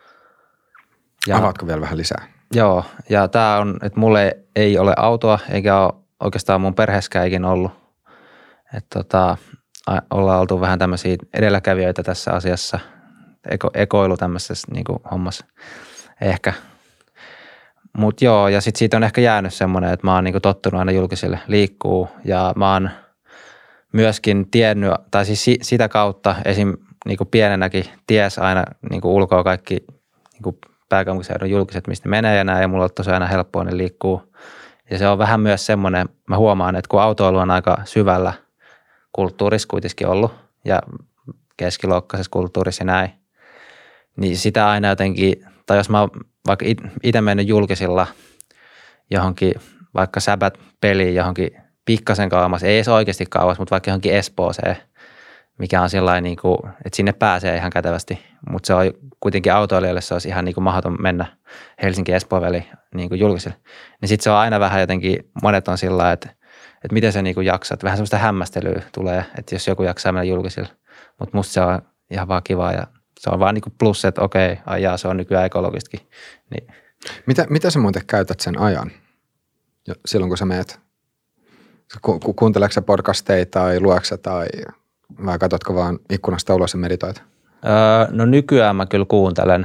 Ja, avaatko vielä vähän lisää? Joo, ja tää on, että mulle ei ole autoa, eikä ole oikeastaan mun perheeskään ikinä ollut. Että ollaan oltu vähän tämmöisiä edelläkävijöitä tässä asiassa, ekoilu tämmöisessä niin kuin hommassa ehkä. Mutta joo, ja sitten siitä on ehkä jäänyt semmoinen, että mä oon niin kuin tottunut aina julkisille liikkuu ja mä oon myöskin tiennyt, tai siis sitä kautta esim. Niin kuin pienenäkin ties aina niin kuin ulkoa kaikki niin kuin pääkaupunkiseudun julkiset, mistä menee ja näin, ja mulla on tosiaan aina helppoa, ne liikkuu. Ja se on vähän myös semmoinen, mä huomaan, että kun autoilu on aika syvällä kulttuurissa kuitenkin ollut ja keskiluokkaisessa kulttuurissa ja näin, niin sitä aina jotenkin, tai jos mä oon vaikka itse mennyt julkisilla johonkin vaikka Sabbath-peliin johonkin pikkasen kauemmas, ei edes oikeasti kauas, mutta vaikka johonkin Espooseen, mikä on sellainen, niin kuin, että sinne pääsee ihan kätevästi, mutta se on kuitenkin autoilijoille se olisi ihan niin kuin mahdoton mennä Helsinki-Espoon väliin niin kuin julkisille. Niin sitten se on aina vähän jotenkin, monet on sillä lailla, että miten sä niin kuin jaksat, vähän semmoista hämmästelyä tulee, että jos joku jaksaa mennä julkisille, mutta musta se on ihan vaan kiva ja se on vaan niin kuin plus, että okei, ajaa, se on nykyään ekologistakin. Niin. Mitä sä muuten käytät sen ajan silloin, kun sä meet? Kuunteleeko sä podcasteja tai luetko sä tai vai katsotko vaan ikkunasta ulos ja meditoit? No nykyään mä kyllä kuuntelen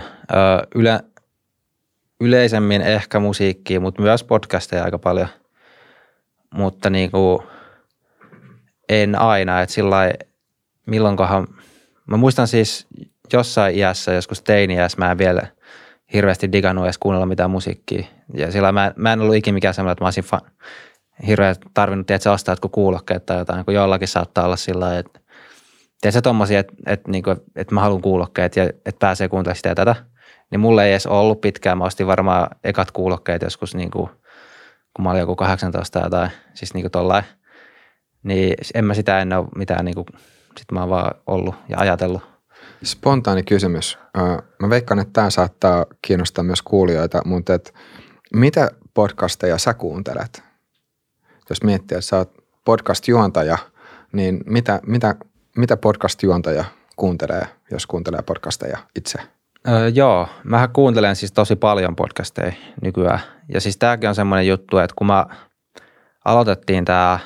yleisemmin ehkä musiikkia, mutta myös podcasteja aika paljon. Mutta niinku en aina, että sillai milloinkohan, mä muistan siis jossain iässä, joskus teini-iässä mä en vielä hirveästi digannut edes kuunnella mitään musiikkia. Ja sillä mä en ollut ikinä mikään semmoinen, että mä olisin hirveän tarvinnut, että sä ostaa jotkut kuulokkeet tai jotain, kun jollakin saattaa olla sillä lailla, että tiedätkö tommosia, että mä haluan kuulokkeet ja että pääsee kuuntelemaan sitä ja tätä, niin mulla ei edes ollut pitkään. Mä ostin varmaan ekat kuulokkeet joskus, niin kuin, kun mä olin joku 18 tai jotain, siis niin kuin tollain. Niin en mä sitä ennen ole mitään, niin kuin, sit mä oon vaan ollut ja ajatellut. Spontaani kysymys. Mä veikkaan, että tämä saattaa kiinnostaa myös kuulijoita, mutta mitä podcasteja sä kuuntelet? Jos miettii, että sä oot podcast-juontaja, niin mitä podcast-juontaja kuuntelee, jos kuuntelee podcasteja itse? Joo, mähän kuuntelen siis tosi paljon podcasteja nykyään. Ja siis tääkin on semmoinen juttu, että kun mä aloitettiin tää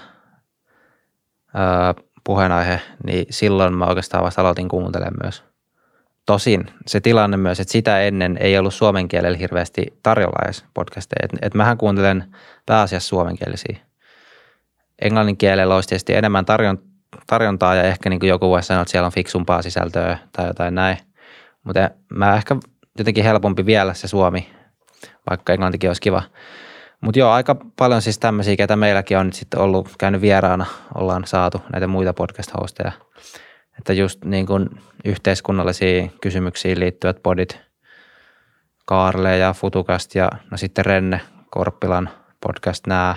puheenaihe, niin silloin mä oikeastaan vasta aloitin kuuntelemaan myös. Tosin se tilanne myös, että sitä ennen ei ollut suomen kielellä hirveästi tarjolla edes podcasteja. Et mähän kuuntelen pääasiassa suomenkielisiä. Englannin kielellä olisi tietysti enemmän tarjontaa ja ehkä niin kuin joku voisi sanoa, että siellä on fiksumpaa sisältöä tai jotain näin. Mutta mä ehkä jotenkin helpompi vielä se suomi, vaikka englantikin olisi kiva. Mutta joo, aika paljon siis tämmöisiä, ketä meilläkin on nyt sitten ollut käynyt vieraana, ollaan saatu näitä muita podcast-hosteja. Että just niin kuin yhteiskunnallisiin kysymyksiin liittyvät podit, Kaarle ja Futukast ja no sitten Renne Korppilan podcast, nämä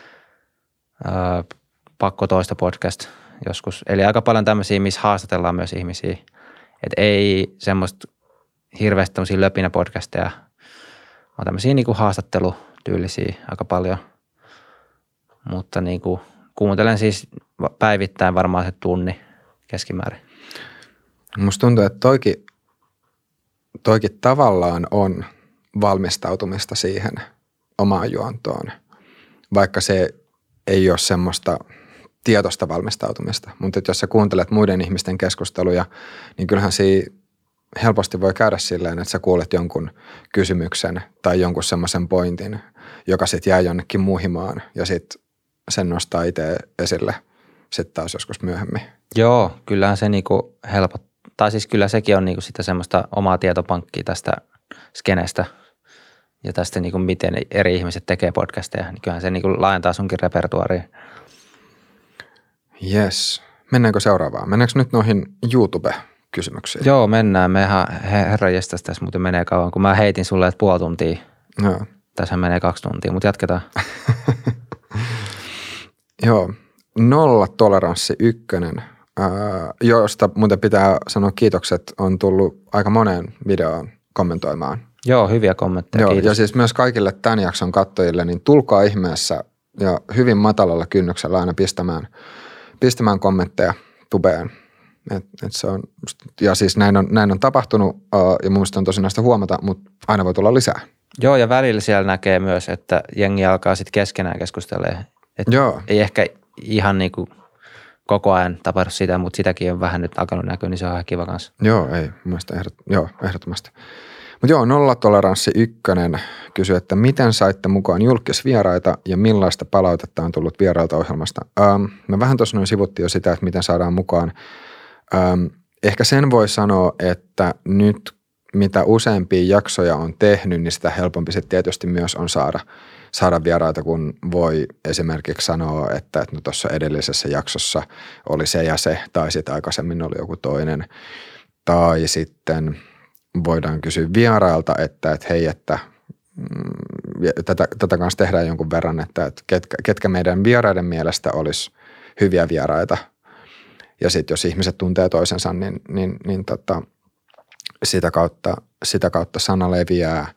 Pakko toista podcast joskus. Eli aika paljon tämmöisiä, missä haastatellaan myös ihmisiä. Että ei semmoista hirveästi tämmöisiä löpinäpodcasteja, vaan tämmöisiä niinku haastattelutyylisiä aika paljon. Mutta niinku kuuntelen siis päivittäin varmaan se tunni keskimäärin. Musta tuntuu, että toikin tavallaan on valmistautumista siihen omaan juontoon, vaikka se ei ole semmoista tietoista valmistautumista. Mutta jos sä kuuntelet muiden ihmisten keskusteluja, niin kyllähän siinä helposti voi käydä silleen, että sä kuulet jonkun kysymyksen tai jonkun semmoisen pointin, joka sitten jää jonnekin muhimaan ja sitten sen nostaa itse esille sitten taas joskus myöhemmin. Joo, kyllähän se niinku helpottaa. Tai siis kyllä sekin on niinku sitä semmoista omaa tietopankkia tästä skenestä ja tästä niinku miten eri ihmiset tekee podcasteja. Niin kyllähän se niinku laajentaa sunkin repertuariin. Yes. Mennäänkö seuraavaan? Mennäänkö nyt noihin YouTube-kysymyksiin? Joo, mennään. Mehän herranjestas tässä muuten menee kauan, kun mä heitin sulle, että puoli tuntia. Joo. Tässä menee 2 tuntia, mutta jatketaan. Joo. Nollatoleranssi 1, josta muuten pitää sanoa kiitokset, on tullut aika moneen videoon kommentoimaan. Joo, hyviä kommentteja, Joo, kiitos. ja siis myös kaikille tämän jakson katsojille, niin tulkaa ihmeessä ja hyvin matalalla kynnyksellä aina pistämään kommentteja tubeen. Et se on, ja siis näin on tapahtunut ja mun mielestä on tosi näistä huomata, mutta aina voi tulla lisää. Joo, ja välillä siellä näkee myös, että jengi alkaa sitten keskenään keskustelemaan. Joo. Ei ehkä ihan niin kuin koko ajan tapahdu sitä, mutta sitäkin on vähän nyt alkanut näkyä, niin se on ihan kiva kanssa. Joo, ei. Mun mielestä ehdottomasti. Mutta joo, nollatoleranssi 1 kysyy, että miten saitte mukaan julkisvieraita ja millaista palautetta on tullut vierailta ohjelmasta? Me vähän tuossa noin sivuttiin jo sitä, että miten saadaan mukaan. Ehkä sen voi sanoa, että nyt mitä useampia jaksoja on tehnyt, niin sitä helpompi sitten tietysti myös on saada vieraita, kun voi esimerkiksi sanoa, että no tuossa edellisessä jaksossa oli se ja se, tai sitten aikaisemmin oli joku toinen. Tai sitten voidaan kysyä vierailta, että hei, että tätä kanssa tehdään jonkun verran, että ketkä meidän vieraiden mielestä olisi hyviä vieraita. Ja sitten jos ihmiset tuntee toisensa, niin sitä kautta sana leviää.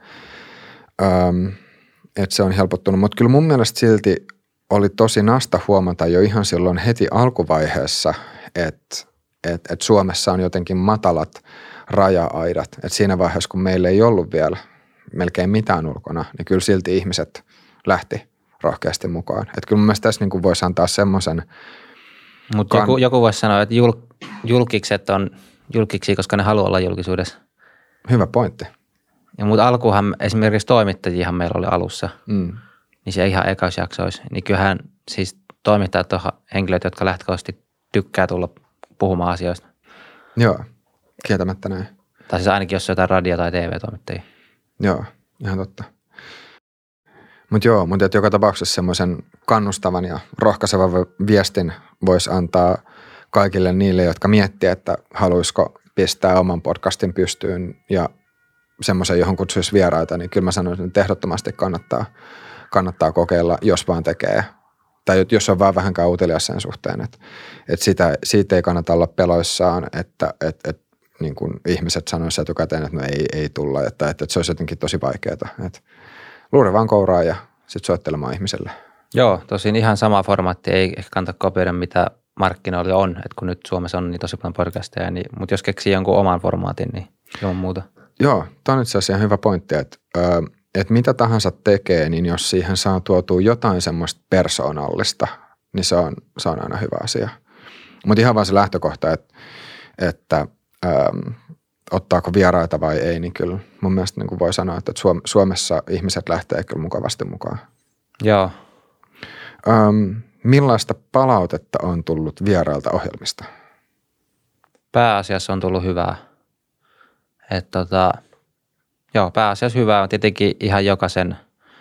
Että se on helpottunut. Mutta kyllä mun mielestä silti oli tosi nasta huomata jo ihan silloin heti alkuvaiheessa, että Suomessa on jotenkin matalat raja-aidat. Että siinä vaiheessa, kun meillä ei ollut vielä melkein mitään ulkona, niin kyllä silti ihmiset lähti rohkeasti mukaan. Että kyllä mun mielestä tässä niin kuin voisi antaa semmoisen. Mutta joku voisi sanoa, että julkikset on julkiksi, koska ne haluaa olla julkisuudessa. Hyvä pointti. Ja mutta alkuunhan esimerkiksi toimittajihan meillä oli alussa, niin se ihan ekausjaksoissa. Niin kyllähän siis toimittajat on henkilöt, jotka lähtökohtaisesti tykkää tulla puhumaan asioista. Joo, kieltämättä näin. Tai siis ainakin jos on jotain radio- tai TV-toimittajia. Joo, ihan totta. Mutta joka tapauksessa semmoisen kannustavan ja rohkaisevan viestin voisi antaa kaikille niille, jotka miettii, että haluaisiko pistää oman podcastin pystyyn ja semmoisen, johon kutsuisi vieraita, niin kyllä mä sanoisin, että ehdottomasti kannattaa kokeilla, jos vaan tekee. Tai jos on vaan vähänkään utelias sen suhteen, että siitä ei kannata olla peloissaan, että niin kuin ihmiset sanoisivat etukäteen, että no ei tulla, että se olisi jotenkin tosi vaikeaa. Luuri vaan kouraa ja sitten soittelemaan ihmiselle. Joo, tosin ihan sama formaatti, ei ehkä kannata kopioida mitä markkinoilla on, että kun nyt Suomessa on niin tosi paljon podcasteja, niin, mutta jos keksii jonkun oman formaatin, niin ilman muuta. Joo, tämä on itse asiassa ihan hyvä pointti, että mitä tahansa tekee, niin jos siihen saa tuotua jotain semmoista persoonallista, niin se on aina hyvä asia. Mutta ihan vaan se lähtökohta, että ottaako vieraita vai ei, niin kyllä mun mielestä niin kuin voi sanoa, että Suomessa ihmiset lähtee kyllä mukavasti mukaan. Joo. Millaista palautetta on tullut vierailta ohjelmista? Pääasiassa on tullut hyvää. Joo, pääasiassa hyvää on tietenkin ihan jokaisen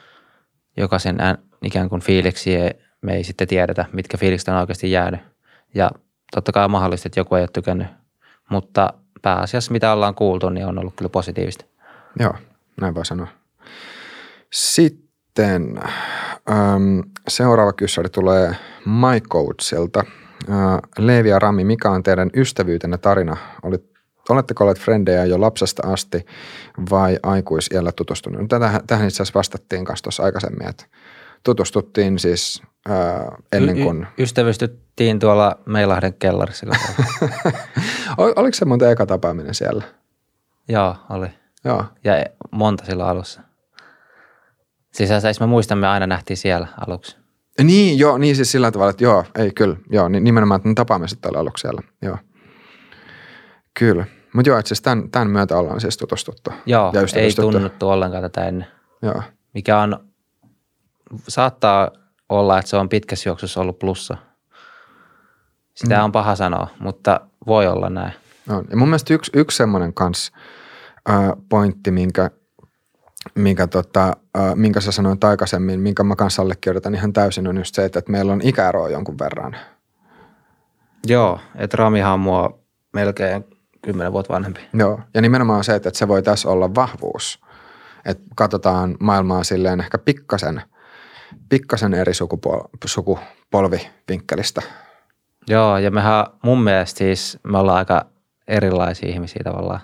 ikään kuin fiiliksiä. Me ei sitten tiedetä, mitkä fiilikset on oikeasti jäänyt. Ja totta kai on mahdollista, että joku ei ole tykännyt. Mutta pääasiassa mitä ollaan kuultu, niin on ollut kyllä positiivista. Joo, näin voi sanoa. Sitten seuraava kysymys tulee MyCoachilta. Leevi ja Rami, mikä on teidän ystävyytenne tarina? Oletteko olleet frendejä jo lapsesta asti vai aikuisiällä tutustunut? Tähän itse asiassa vastattiin kanssa tuossa aikaisemmin, että tutustuttiin siis ennen kuin ystävystyttiin tuolla Meilahden kellarissa. Oliko se monta eka tapaaminen siellä? Joo, oli. Joo. Ja monta silloin alussa. Siis mä muistan, me aina nähtiin siellä aluksi. Niin, joo, niin siis sillä tavalla, että joo, ei kyllä, joo, niin nimenomaan, että ne tapaamiset oli aluksi siellä, joo. Kyllä, mutta joo, että siis tämän myötä ollaan siis tutustuttu. Joo, ei tunnettu ollenkaan tätä ennen. Joo. Mikä saattaa olla, että se on pitkässä juoksussa ollut plussa. Sitä on paha sanoa, mutta voi olla näin. No, ja mun mielestä yksi semmoinen kans pointti, minkä sä sanoit aikaisemmin, minkä mä kanssa allekirjoitan ihan täysin, on just se, että meillä on ikäeroa jonkun verran. Joo, että Ramihan on mua melkein 10 vuotta vanhempi. Joo, ja nimenomaan se, että se voi tässä olla vahvuus. Että katsotaan maailmaa silleen ehkä pikkasen eri sukupolvivinkkelistä. Joo, ja mehän mun mielestä siis me ollaan aika erilaisia ihmisiä tavallaan.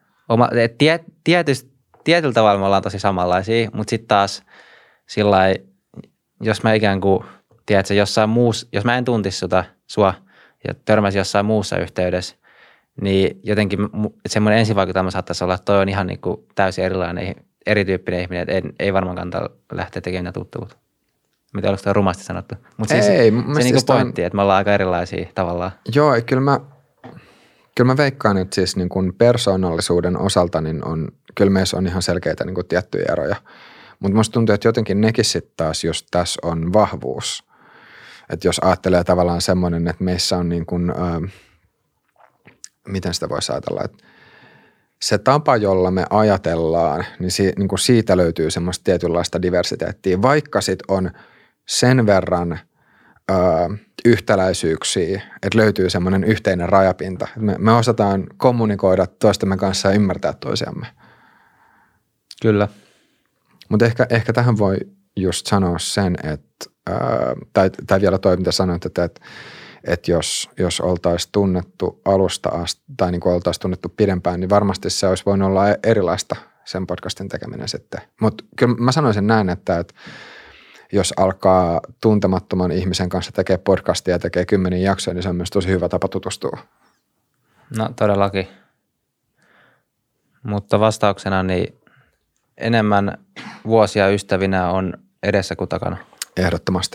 Tietyllä tavalla me ollaan tosi samanlaisia, mutta sitten taas sillai, jos mä ikään kuin, tiedätkö, jos mä en tuntisi sua ja törmäsin jossain muussa yhteydessä, niin jotenkin semmoinen ensivaikutelma saattaisi olla, että toi on ihan niin kuin täysin erilainen, erityyppinen ihminen, että ei varmaan kannata lähteä tekemään tuttavuutta. Mitä oliko toi rumasti sanottu? Mutta siis ei, se niinku pointti, että me ollaan aika erilaisia tavallaan. Joo, kyllä mä veikkaan, että siis niin kuin persoonallisuuden osalta niin kyllä meissä on ihan selkeitä niin kuin tiettyjä eroja. Mutta musta tuntuu, että jotenkin nekin sitten taas, jos tässä on vahvuus. Että jos ajattelee tavallaan semmoinen, että meissä on niin kuin, miten sitä voisi ajatella, että se tapa, jolla me ajatellaan, niin niin kuin siitä löytyy semmoista tietynlaista diversiteettiä, vaikka sitten on sen verran yhtäläisyyksiä, että löytyy semmoinen yhteinen rajapinta. Me osataan kommunikoida toistemme kanssa ja ymmärtää toisiamme. Kyllä. Mutta ehkä tähän voi just sanoa sen, että, tai vielä toi, mitä sanoit, että jos oltaisiin tunnettu alusta asti, tai niin kuin oltaisiin tunnettu pidempään, niin varmasti se olisi voinut olla erilaista sen podcastin tekeminen sitten. Mutta kyllä mä sanoisin näin, että jos alkaa tuntemattoman ihmisen kanssa tekee podcastia ja tekee 10 jaksoja, niin se on myös tosi hyvä tapa tutustua. No todellakin. Mutta vastauksena niin enemmän vuosia ystävinä on edessä kuin takana. Ehdottomasti.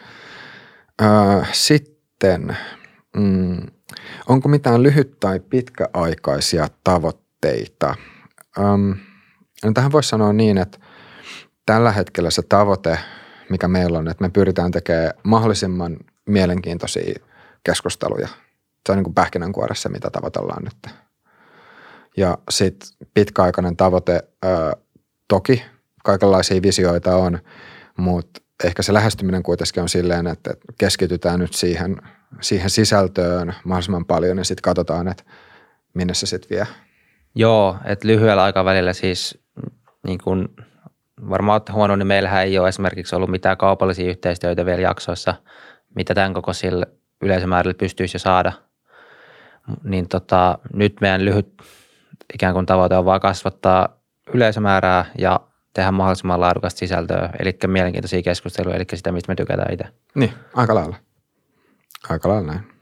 Sitten, onko mitään lyhyt- tai pitkäaikaisia tavoitteita? No tähän voisi sanoa niin, että tällä hetkellä se tavoite, mikä meillä on, että me pyritään tekemään mahdollisimman mielenkiintoisia keskusteluja. Se on niin kuin pähkinänkuoressa, mitä tavoitellaan nyt. Ja sitten pitkäaikainen tavoite, toki kaikenlaisia visioita on, mutta ehkä se lähestyminen kuitenkin on silleen, että keskitytään nyt siihen sisältöön mahdollisimman paljon ja sitten katsotaan, että minne se sitten vie. Joo, että lyhyellä aikavälillä siis niin kuin varmaan olette huomannut, niin meillähän ei ole esimerkiksi ollut mitään kaupallisia yhteistyötä vielä jaksoissa, mitä tämän kokoisilla yleisömäärillä pystyisi jo saada. Niin nyt meidän lyhyt ikään kuin tavoite on vaan kasvattaa yleisömäärää ja tehdä mahdollisimman laadukasta sisältöä, eli mielenkiintoisia keskusteluja, eli sitä, mistä me tykätään itse. Niin, aika lailla. Aika lailla näin.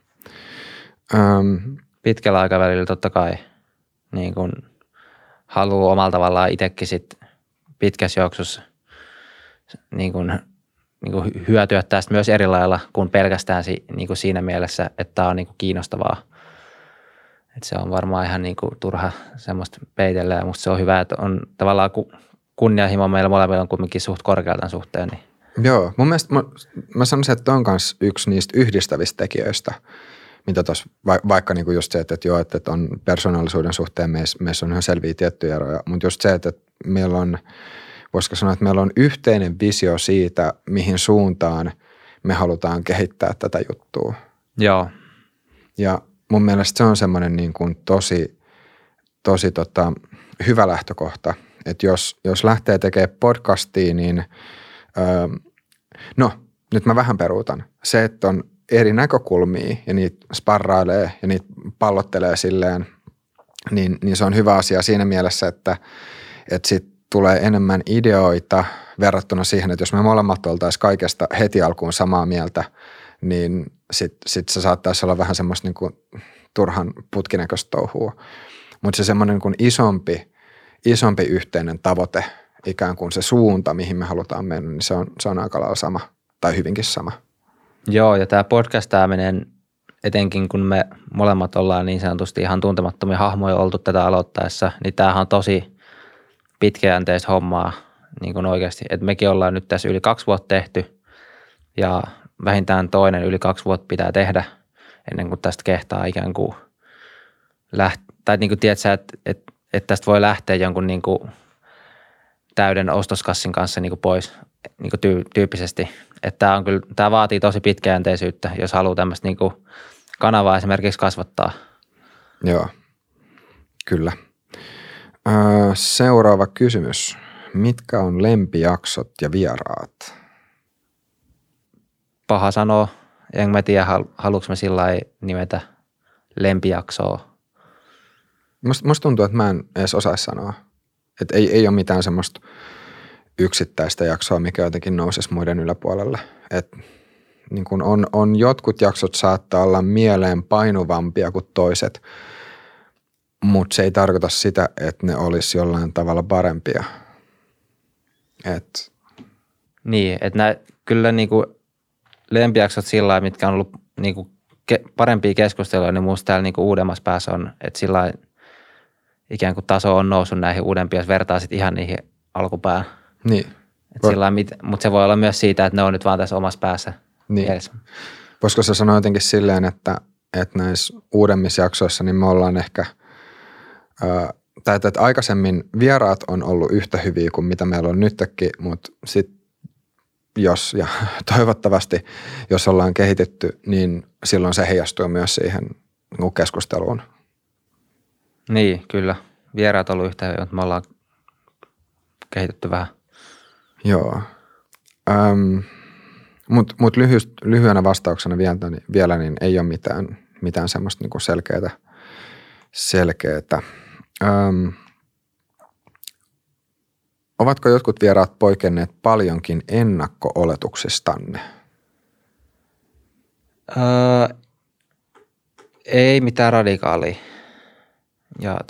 Pitkällä aikavälillä totta kai niin kun haluaa omalla tavallaan itsekin sit pitkässä juoksussa niin kun hyötyä tästä myös eri lailla kuin pelkästään niin kun siinä mielessä, että tämä on niin kun kiinnostavaa. Et se on varmaan ihan niin kun turha semmoista peitellä ja musta se on hyvä, että on tavallaan kunnianhimo meillä molemmilla on kuitenkin suht korkealta tämän suhteen. Niin. Joo, mun mielestä mä sanoisin, että on myös yksi niistä yhdistävistä tekijöistä, mitä tuossa vaikka niinku just se, että on persoonallisuuden suhteen meissä on ihan selviä tiettyjä eroja, mutta just se, että meillä on, voisiko sanoa, että meillä on yhteinen visio siitä, mihin suuntaan me halutaan kehittää tätä juttua. Joo. Ja mun mielestä se on semmoinen niin kuin tosi hyvä lähtökohta, että jos lähtee tekemään podcastia, niin nyt mä vähän peruutan. Se, että on eri näkökulmia ja niitä sparrailee ja niitä pallottelee silleen, niin se on hyvä asia siinä mielessä, että sit tulee enemmän ideoita verrattuna siihen, että jos me molemmat oltaisiin kaikesta heti alkuun samaa mieltä, niin sit se saattaisi olla vähän semmoista niin kuin turhan putkinäköistä touhua. Mutta se semmoinen niin kuin isompi yhteinen tavoite, ikään kuin se suunta, mihin me halutaan mennä, niin se on aika lailla sama. tai hyvinkin sama. Joo, ja tämä podcastaaminen, etenkin kun me molemmat ollaan niin sanotusti ihan tuntemattomia hahmoja oltu tätä aloittaessa, niin tämähän on tosi pitkäjänteistä hommaa niin kuin oikeasti. Että mekin ollaan nyt tässä yli 2 vuotta tehty ja vähintään toinen yli 2 vuotta pitää tehdä ennen kuin tästä kehtaa ikään kuin tai niin kuin tiedät sä, että tästä voi lähteä jonkun niin kuin täyden ostoskassin kanssa niin kuin pois niin kuin tyyppisesti. Että tämä vaatii tosi pitkäjänteisyyttä, jos haluaa tämmöistä niin kuin kanavaa esimerkiksi kasvattaa. Joo, kyllä. Seuraava kysymys. Mitkä on lempijaksot ja vieraat? Paha sanoa. En mä tiedä, haluanko me sillä lailla nimetä lempijaksoa. Musta tuntuu, että mä en edes osaisi sanoa. Että ei ole mitään semmoista yksittäistä jaksoa, mikä jotenkin nousisi muiden yläpuolelle. Että niin kun on jotkut jaksot saattaa olla mieleen painuvampia kuin toiset, mutta se ei tarkoita sitä, että ne olisi jollain tavalla parempia. Niin, että kyllä niinku lempijaksot sillä lailla, mitkä on ollut niinku parempia keskusteluja, niin musta täällä niinku uudemmassa päässä on, että sillä lailla ikään kuin taso on noussut näihin uudempiin, jos vertaa sitten ihan niihin alkupään. Niin. Mutta se voi olla myös siitä, että ne on nyt vaan tässä omassa päässä. Niin. Mielessä. Voisiko se sanoa jotenkin silleen, että näissä uudemmissa jaksoissa niin me ollaan ehkä, tai että aikaisemmin vieraat on ollut yhtä hyviä kuin mitä meillä on nytkin, mutta sitten jos ja toivottavasti, jos ollaan kehitetty, niin silloin se heijastuu myös siihen keskusteluun. Niin, kyllä. Vieraat on ollut yhtä hyviä, mutta me ollaan kehitetty vähän. Joo. Mutta lyhyenä vastauksena vielä niin ei ole mitään semmoista niinku selkeätä. Ovatko jotkut vieraat poikenneet paljonkin ennakko-oletuksistanne? Ei mitään radikaalia. Ja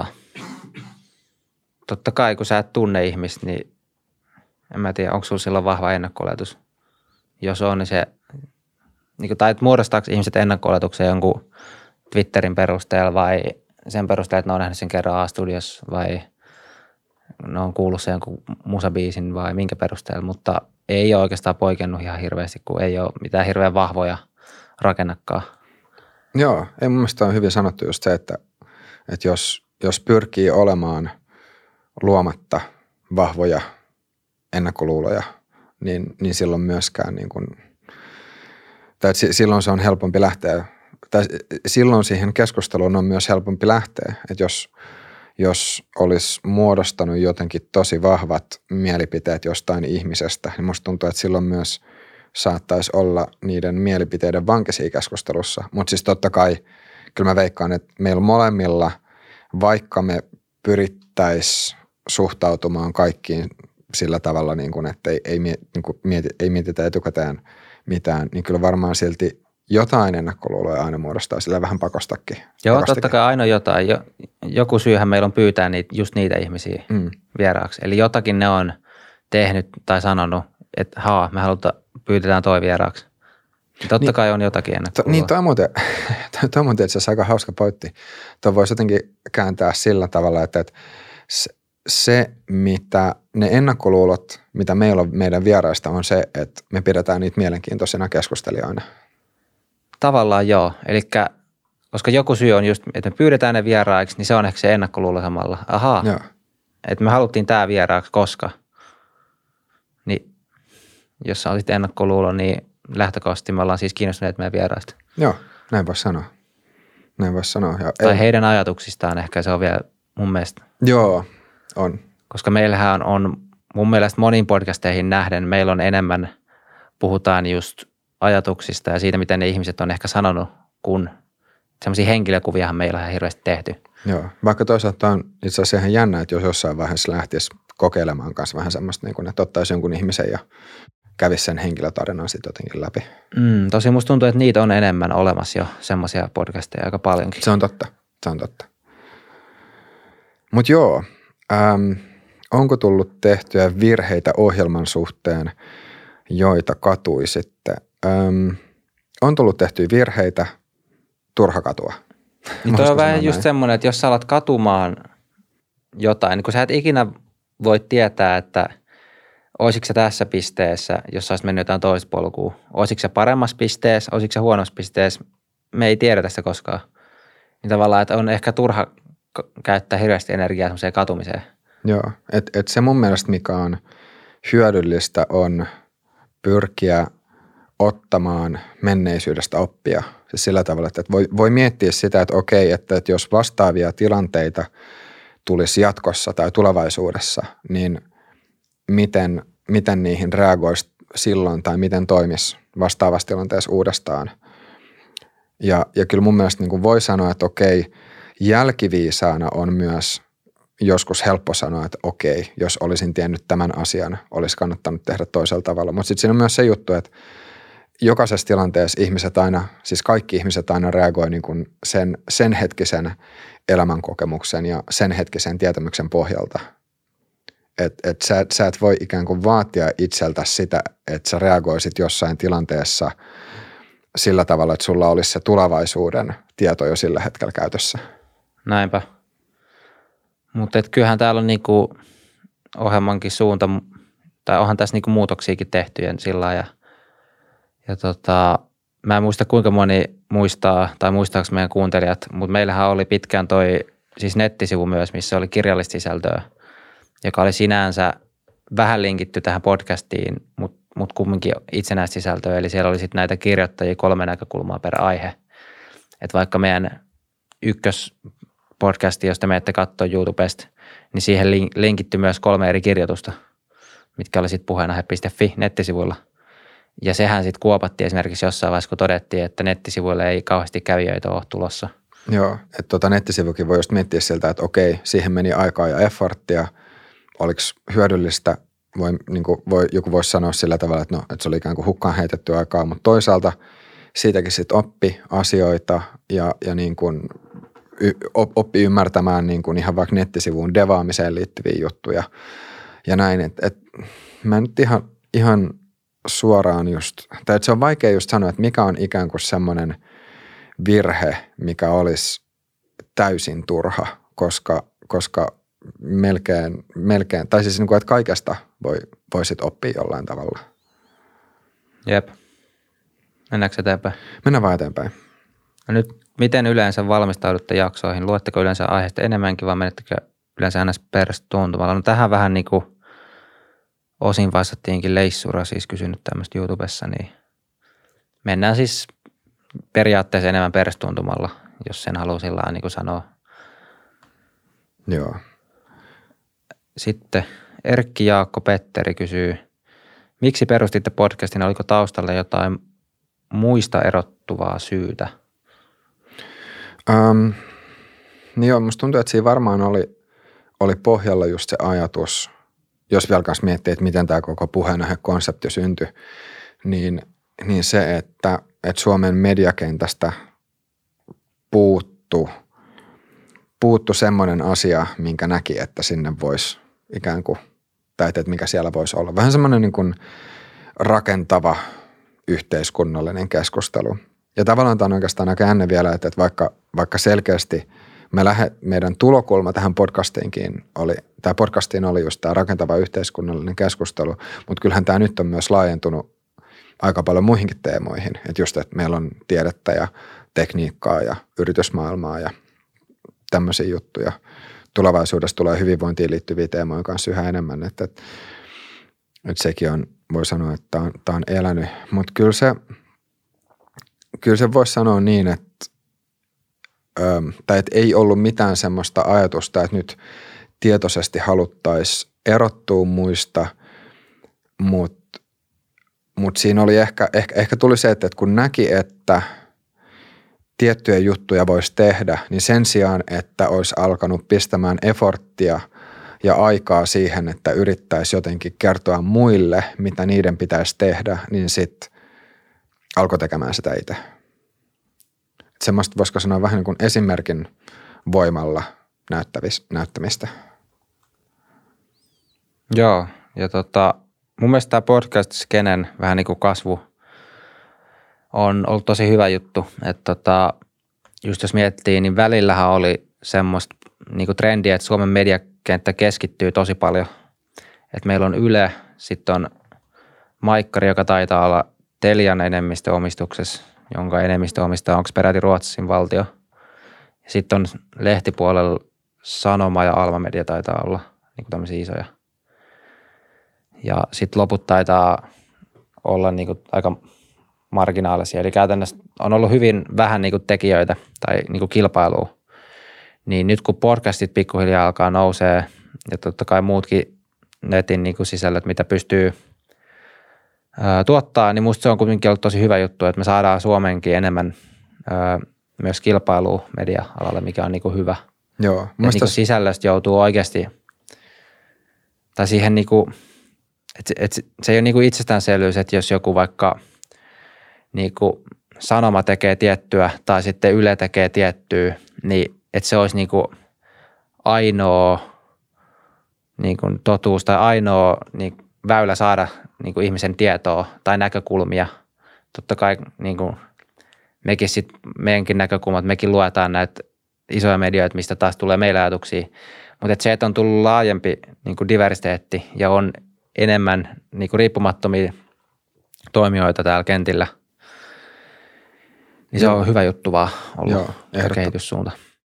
totta kai kun sä et tunne ihmistä, niin en mä tiedä, onko sulla silloin vahva ennakko-oletus. Jos on, niin se, niin tai muodostaako ihmiset ennakko-oletuksen jonkun Twitterin perusteella vai sen perusteella, että ne on nähnyt sen kerran A-studiossa vai ne on kuullut sen jonkun musabiisin vai minkä perusteella, mutta ei ole oikeastaan poikennut ihan hirveästi, kun ei ole mitään hirveän vahvoja rakennakaan. Joo, ei mun mielestä on hyvin sanottu just se, että jos pyrkii olemaan luomatta vahvoja ennakkoluuloja, niin silloin myöskään niin kuin, tai silloin se on helpompi lähteä, tai silloin siihen keskusteluun on myös helpompi lähteä, että jos olisi muodostanut jotenkin tosi vahvat mielipiteet jostain ihmisestä, niin musta tuntuu, että silloin myös saattaisi olla niiden mielipiteiden vankisia keskustelussa. Mutta siis totta kai, kyllä mä veikkaan, että meillä molemmilla, vaikka me pyrittäisiin suhtautumaan kaikkiin sillä tavalla, niin kuin, että ei mietitä etukäteen mitään, niin kyllä varmaan silti jotain ennakkoluuloja aina muodostaa sillä vähän pakostakin. Joo, totta kai aina jotain. Joku syyhän meillä on pyytää just niitä ihmisiä vieraaksi. Eli jotakin ne on tehnyt tai sanonut, että me pyydetään toi vieraaksi. Totta kai on jotakin ennakkoluuloja. Niin, toi on muuten itse asiassa aika hauska pointti. Tuo voisi jotenkin kääntää sillä tavalla, että se, mitä ne ennakkoluulot, mitä meillä on meidän vieraista, on se, että me pidetään niitä mielenkiintoisina keskustelijoina. Tavallaan joo. Elikkä, koska joku syy on just, että me pyydetään ne vieraiksi, niin se on ehkä se ennakkoluulo samalla. Ahaa, että me haluttiin tämä vieraaksi, koska. Niin, jos on sitten ennakkoluulo, niin lähtökohtaisesti me ollaan siis kiinnostuneet meidän vieraista. Joo, näin voisi sanoa. Tai heidän ajatuksistaan ehkä se on vielä mun mielestä. Joo, on. Koska meillähän on mun mielestä moniin podcasteihin nähden, meillä on enemmän, puhutaan just ajatuksista ja siitä, miten ne ihmiset on ehkä sanonut, kun semmoisia henkilökuviahan meillä on hirveästi tehty. Joo, vaikka toisaalta on itse asiassa ihan jännä, että jos jossain vaiheessa lähtisi kokeilemaan kanssa vähän semmoista, niin kuin, että ottaisi jonkun ihmisen ja kävisi sen henkilötarinan sitten jotenkin läpi. Tosi musta tuntuu, että niitä on enemmän olemassa jo semmoisia podcasteja aika paljonkin. Se on totta. Mutta joo, onko tullut tehtyä virheitä ohjelman suhteen joita katuisitte? On tullut tehtyä virheitä, turha katua. Niin toi on vähän just semmoinen, että jos sä alat katumaan jotain, niin kun sä et ikinä voi tietää, että olisitko sä tässä pisteessä, jos sä olisit mennyt jotain toista polkua. Olisitko sä paremmassa pisteessä, olisitko sä huonossa pisteessä, me ei tiedä tästä koskaan. Niin tavallaan, että on ehkä turha käyttää hirveästi energiaa semmoiseen katumiseen. Joo, että se mun mielestä mikä on hyödyllistä on pyrkiä ottamaan menneisyydestä oppia. Siis sillä tavalla, että voi miettiä sitä, että okei, että jos vastaavia tilanteita tulisi jatkossa tai tulevaisuudessa, niin miten niihin reagoisi silloin tai miten toimisi vastaavassa tilanteessa uudestaan. Ja kyllä mun mielestä niin kuin voi sanoa, että okei, jälkiviisaana on myös joskus helppo sanoa, että okei, jos olisin tiennyt tämän asian, olisi kannattanut tehdä toisella tavalla. Mutta sitten siinä on myös se juttu, että jokaisessa tilanteessa ihmiset aina, siis kaikki ihmiset aina reagoi niin kuin sen hetkisen elämänkokemuksen ja sen hetkisen tietämyksen pohjalta. Että sä et voi ikään kuin vaatia itseltä sitä, että sä reagoisit jossain tilanteessa sillä tavalla, että sulla olisi se tulevaisuuden tieto jo sillä hetkellä käytössä. Näinpä. Mutta kyllähän täällä on niinku ohjelmankin suunta, tai onhan tässä niinku muutoksiakin tehty sillä ja mä en muista kuinka moni muistaa, tai muistaako meidän kuuntelijat, mutta meillähän oli pitkään siis nettisivu myös, missä oli kirjallista sisältöä, joka oli sinänsä vähän linkitty tähän podcastiin, mutta kumminkin itsenäistä sisältöä. Eli siellä oli sitten näitä kirjoittajia 3 näkökulmaa per aihe. Että vaikka meidän ykköspodcasti, josta menette katsoa YouTubesta, niin siihen linkitty myös 3 eri kirjoitusta, mitkä oli sitten puheenaihe.fi nettisivuilla. Ja sehän sitten kuopattiin esimerkiksi jossain vaiheessa, kun todettiin, että nettisivuille ei kauheasti kävijöitä ole tulossa. Joo, että nettisivukin voi just miettiä siltä, että okei, siihen meni aikaa ja efforttia. Oliko hyödyllistä? Joku voisi sanoa sillä tavalla, että että se oli ikään kuin hukkaan heitetty aikaa, mutta toisaalta siitäkin sitten oppi asioita ja niin kuin oppi ymmärtämään niin kuin ihan vaikka nettisivuun devaamiseen liittyviä juttuja ja näin. että mä nyt ihan suoraan just, tai että se on vaikea just sanoa, että mikä on ikään kuin semmoinen virhe, mikä olisi täysin turha, koska melkein, tai siis niin kuin, että kaikesta voi sit oppia jollain tavalla. Jep. Mennäänkö eteenpäin? Mennään vaan eteenpäin. No nyt, miten yleensä valmistaudutte jaksoihin? Luetteko yleensä aiheesta enemmänkin vai menettekö yleensä aina perustuntumalla? No tähän vähän niin kuin osin vastattiinkin Leissura siis kysynyt tämmöistä YouTubessa, niin mennään siis periaatteessa enemmän perustuntumalla, jos sen haluaa sillä niin kuin sanoa. Joo. Sitten Erkki Jaakko Petteri kysyy, miksi perustitte podcastin, oliko taustalla jotain muista erottuvaa syytä? Niin joo, musta tuntuu, että siinä varmaan oli pohjalla just se ajatus, jos vielä kanssa miettii, että miten tämä koko puheenaihe-konsepti syntyi, niin se, että Suomen mediakentästä puuttu semmoinen asia, minkä näki, että sinne voisi ikään kuin, tai että mikä siellä voisi olla. Vähän semmoinen niin kuin rakentava yhteiskunnallinen keskustelu. Ja tavallaan tämä on oikeastaan aika jännä vielä, että vaikka selkeästi meidän tulokulma tähän podcastiin oli just tämä rakentava yhteiskunnallinen keskustelu, mutta kyllähän tämä nyt on myös laajentunut aika paljon muihinkin teemoihin. Että just, että meillä on tiedettä ja tekniikkaa ja yritysmaailmaa ja tämmöisiä juttuja. Tulevaisuudessa tulee hyvinvointiin liittyviä teemoja kanssa yhä enemmän, että sekin on, voi sanoa, että tämä on elänyt. Mutta kyllä se voisi sanoa niin, että ei ollut mitään semmoista ajatusta, että nyt tietoisesti haluttaisiin erottua muista, mutta siinä oli ehkä tuli se, että kun näki, että tiettyjä juttuja voisi tehdä, niin sen sijaan, että olisi alkanut pistämään efforttia ja aikaa siihen, että yrittäisi jotenkin kertoa muille, mitä niiden pitäisi tehdä, niin sitten alkoi tekemään sitä itse. Semmoista voisiko sanoa vähän niin kuin esimerkin voimalla näyttämistä. Joo, ja mun mielestä tämä podcast-skenen vähän niin kuin kasvu on ollut tosi hyvä juttu. Että just jos miettii, niin välillähän oli semmoista niin kuin trendiä, että Suomen mediakenttä keskittyy tosi paljon. Että meillä on Yle, sitten on Maikkari, joka taitaa olla Telian enemmistöomistuksessa, jonka enemmistöomistaa onko peräti Ruotsin valtio. Sitten on lehtipuolella Sanoma ja Alma Media taitaa olla niin kuin tämmöisiä isoja. Ja sitten loput taitaa olla niin kuin aika marginaalisia. Eli käytännössä on ollut hyvin vähän niin kuin tekijöitä tai niin kuin kilpailua. Niin nyt kun podcastit pikkuhiljaa alkaa nousee ja totta kai muutkin netin niin kuin sisällöt, mitä pystyy tuottaa, niin musta se on kuitenkin ollut tosi hyvä juttu, että me saadaan Suomenkin enemmän myös kilpailua media-alalle, mikä on niin kuin hyvä. Joo. Niin kuin sisällöstä joutuu oikeasti, tai siihen niin kuin, että se ei ole niin kuin itsestäänselvyys, että jos joku vaikka niin kuin Sanoma tekee tiettyä tai sitten Yle tekee tiettyä, niin että se olisi niin kuin ainoa niin kuin totuus tai ainoa niin väylä saada niin kuin ihmisen tietoa tai näkökulmia. Totta kai niin kuin meidänkin näkökulmat, mekin luetaan näitä isoja medioita, mistä taas tulee meillä ajatuksia. Mutta se, että on tullut laajempi niin kuin diversiteetti ja on enemmän niin kuin riippumattomia toimijoita täällä kentillä, niin se on hyvä juttu vaan ollut kehityssuunta.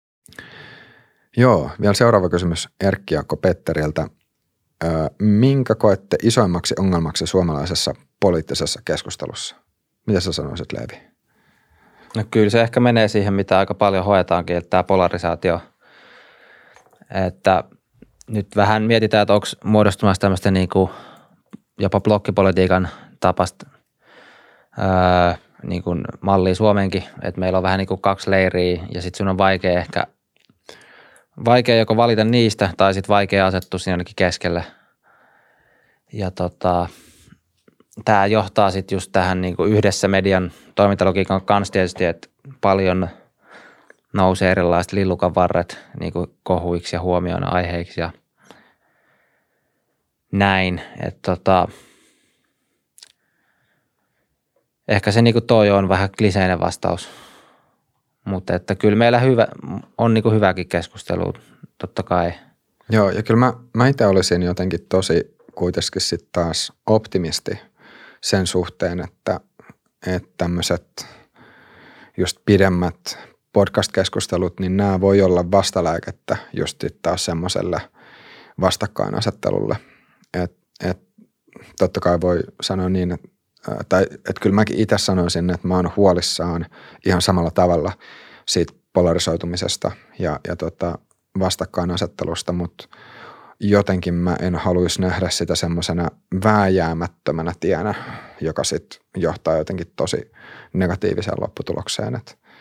Joo, vielä seuraava kysymys Erkki Jaakko Petteriltä. Minkä koette isoimmaksi ongelmaksi suomalaisessa poliittisessa keskustelussa? Mitä sä sanoisit, Leevi? No kyllä se ehkä menee siihen, mitä aika paljon hoetaankin, että tämä polarisaatio, että nyt vähän mietitään, että onko muodostumassa tämmöistä niin kuin jopa blokkipolitiikan tapasta niin kuin mallia Suomenkin, että meillä on vähän niin kuin kaksi leiriä ja sitten sun on vaikea joko valita niistä tai sitten vaikea asettua sinne jonnekin keskelle. Ja tämä johtaa sitten just tähän niin kuin yhdessä median toimintalogiikan kanssa tietysti, että paljon nousee erilaiset lillukanvarret niin kuin kohuiksi ja huomioon aiheiksi ja näin. Että ehkä se niin kuin toi on vähän kliseinen vastaus. Mutta että kyllä meillä on niin kuin hyväkin keskustelua, totta kai. Joo, ja kyllä mä itse olisin jotenkin tosi kuitenkin sitten taas optimisti sen suhteen, että tämmöiset just pidemmät podcast-keskustelut, niin nämä voi olla vastalääkettä just taas semmoiselle vastakkainasettelulle. Että totta kai voi sanoa niin, että kyllä mäkin itse sanoisin, että mä oon huolissaan ihan samalla tavalla siitä polarisoitumisesta ja vastakkainasettelusta, mutta jotenkin mä en haluaisi nähdä sitä semmoisena vääjäämättömänä tienä, joka sitten johtaa jotenkin tosi negatiiviseen lopputulokseen.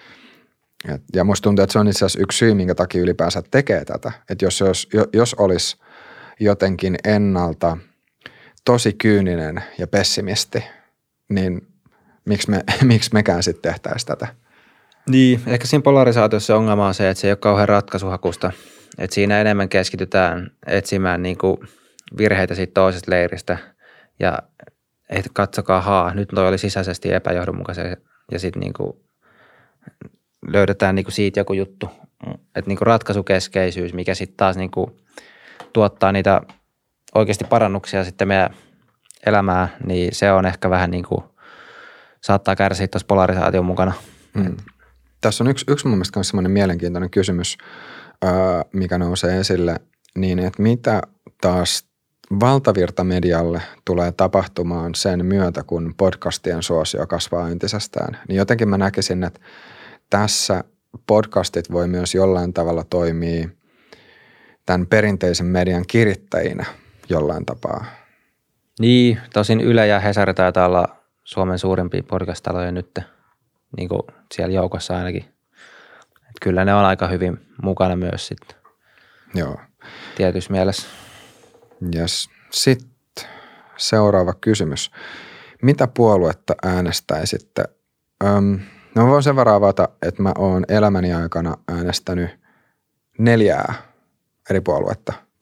Ja musta tuntuu, että se on itse asiassa yksi syy, minkä takia ylipäänsä tekee tätä. Että jos olisi jotenkin ennalta tosi kyyninen ja pessimisti, niin miksi mekään sitten tehtäisiin tätä? Niin, ehkä siinä polarisaatiossa ongelma on se, että se ei ole kauhean ratkaisuhakusta. Että siinä enemmän keskitytään etsimään niin kuin virheitä siitä toisesta leiristä ja että katsokaa, nyt toi oli sisäisesti epäjohdonmukaisen ja sitten niin kuin löydetään niin kuin siitä joku juttu. Että niin kuin ratkaisukeskeisyys, mikä sitten taas niin kuin tuottaa niitä oikeasti parannuksia sitten meidän elämää, niin se on ehkä vähän niin kuin saattaa kärsiä tuossa polarisaation mukana. Tässä on yksi mun mielestä myös semmoinen mielenkiintoinen kysymys, mikä nousee esille, niin että mitä taas valtavirtamedialle tulee tapahtumaan sen myötä, kun podcastien suosio kasvaa entisestään. Niin jotenkin mä näkisin, että tässä podcastit voi myös jollain tavalla toimia tämän perinteisen median kirittäjinä jollain tapaa. Niin, tosin Yle ja Hesari taitaa olla Suomen suurimpia podcast-taloja nyt, niin kuin siellä joukossa ainakin. Et kyllä ne on aika hyvin mukana myös sitten. Joo. Tietyssä mielessä. Yes. Sitten seuraava kysymys. Mitä puoluetta äänestäisitte? No voin sen verran avata, että mä oon elämäni aikana äänestänyt 4 eri puoluetta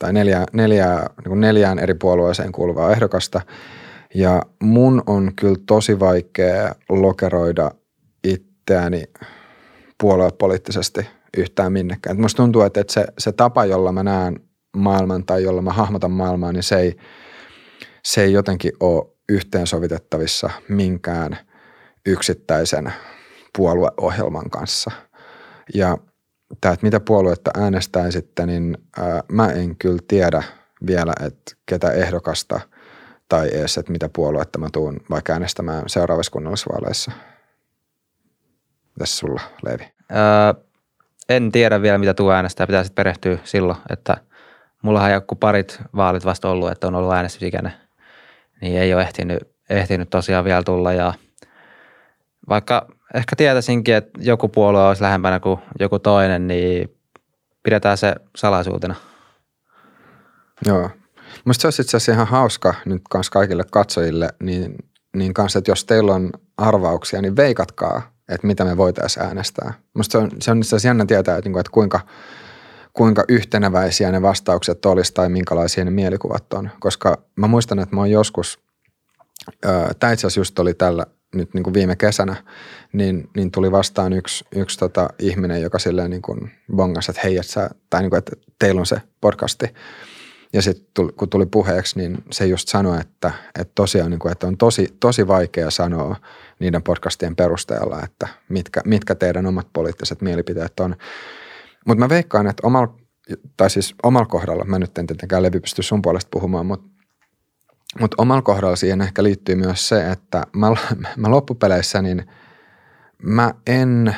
tai neljään eri puolueeseen kuuluvaa ehdokasta. Ja mun on kyllä tosi vaikea lokeroida itseäni puoluepoliittisesti yhtään minnekään. Musta tuntuu, että se tapa, jolla mä näen maailman tai jolla mä hahmotan maailmaa, niin se ei jotenkin ole yhteensovitettavissa minkään yksittäisen puolueohjelman kanssa. Ja tämä, että mitä puoluetta äänestää sitten, niin mä en kyllä tiedä vielä, että ketä ehdokasta tai edes, että mitä puoluetta mä tuun vaikka äänestämään seuraavissa kunnallisvaaleissa. Mitäs sulla, Leevi? En tiedä vielä, mitä tuu äänestää. Pitää sitten perehtyä silloin, että mullahan ei ole kuin parit vaalit vasta ollut, että on ollut äänestysikäinen. Niin ei ole ehtinyt tosiaan vielä tulla. Ja vaikka ehkä tietäisinkin, että joku puolue olisi lähempänä kuin joku toinen, niin pidetään se salaisuutena. Joo. Musta se olisi itse asiassa ihan hauska nyt kans kaikille katsojille, niin kanssa, että jos teillä on arvauksia, niin veikatkaa, että mitä me voitaisiin äänestää. Musta se on itse asiassa jännä tietää, että kuinka yhteneväisiä ne vastaukset olisi tai minkälaisia ne mielikuvat on. Koska mä muistan, että mä oon joskus, tämä itse asiassa just oli tällä nyt niin kuin viime kesänä, niin tuli vastaan yksi ihminen, joka silleen niin kuin bongasi, että hei, että teillä on se podcasti. Ja sitten kun tuli puheeksi, niin se just sanoi, että tosiaan niin kuin, että on tosi vaikea sanoa niiden podcastien perusteella, että mitkä teidän omat poliittiset mielipiteet on. Mutta mä veikkaan, että omalla kohdalla, mä nyt en tietenkään Levi pysty sun puolesta puhumaan, mutta omalla kohdalla siihen ehkä liittyy myös se, että mä loppupeleissä, niin mä en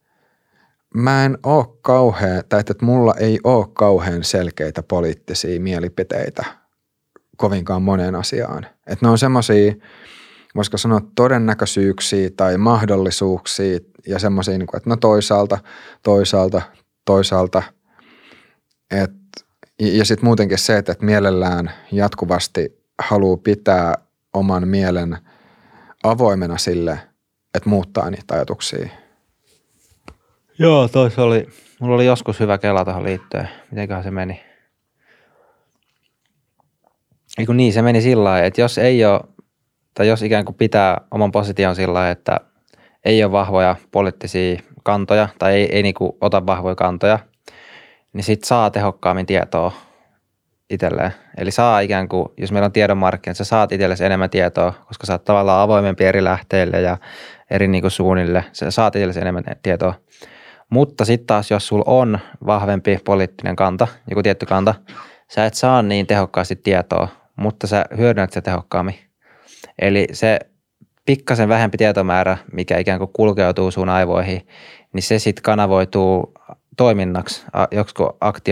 ole kauhean, tai että mulla ei ole kauhean selkeitä poliittisia mielipiteitä kovinkaan moneen asiaan. Että ne on semmoisia, voisiko sanoa todennäköisyyksiä tai mahdollisuuksia ja semmoisia, että no toisaalta. Ja sitten muutenkin se, että mielellään jatkuvasti haluaa pitää oman mielen avoimena sille, että muuttaa niitä ajatuksia. Joo, mulla oli joskus hyvä kela tuohon liittyen. Mitenköhän se meni? Eiku niin, se meni sillä lailla, että jos ei ole, tai jos ikään kuin pitää oman position sillä lailla, että ei ole vahvoja poliittisia kantoja, tai ei niin kuin ota vahvoja kantoja, niin sit saa tehokkaammin tietoa itselleen. Eli saa ikään kuin, jos meillä on tiedonmarkkinat, sä saat itsellesi enemmän tietoa, koska sä oot tavallaan avoimempi eri lähteille ja eri niin kuin suunnille. Sä saat itsellesi enemmän tietoa. Mutta sitten taas, jos sulla on vahvempi poliittinen kanta, joku tietty kanta, sä et saa niin tehokkaasti tietoa, mutta sä hyödynnät se tehokkaammin. Eli se pikkasen vähempi tietomäärä, mikä ikään kuin kulkeutuu sun aivoihin, niin se sitten kanavoituu toiminnaksi, joksikin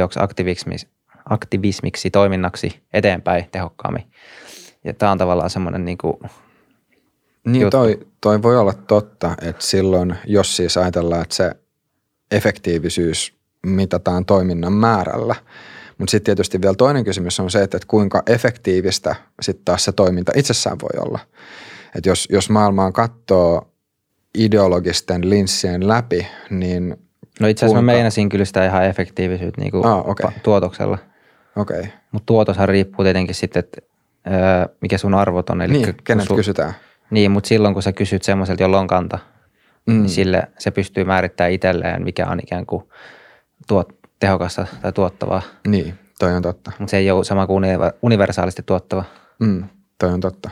aktivismiksi toiminnaksi eteenpäin tehokkaammin. Ja tää on tavallaan semmoinen niinku niin toi voi olla totta, että silloin, jos siis ajatellaan, että se efektiivisyys mitataan toiminnan määrällä, mutta sitten tietysti vielä toinen kysymys on se, että kuinka efektiivistä sitten taas se toiminta itsessään voi olla. Että jos maailmaa katsoo ideologisten linssien läpi, niin no itse asiassa mä meinasin kyllä sitä ihan efektiivisyyttä niin tuotoksella. Okei. Mutta tuotoshan riippuu tietenkin sitten, että mikä sun arvot on. Eli niin, kenet kysytään. Niin, mutta silloin kun sä kysyt semmoiselta, jolla on kanta, niin sille se pystyy määrittämään itselleen, mikä on ikään kuin tehokasta tai tuottavaa. Niin, toi on totta. Mutta se ei ole sama kuin universaalisti tuottava. Toi on totta.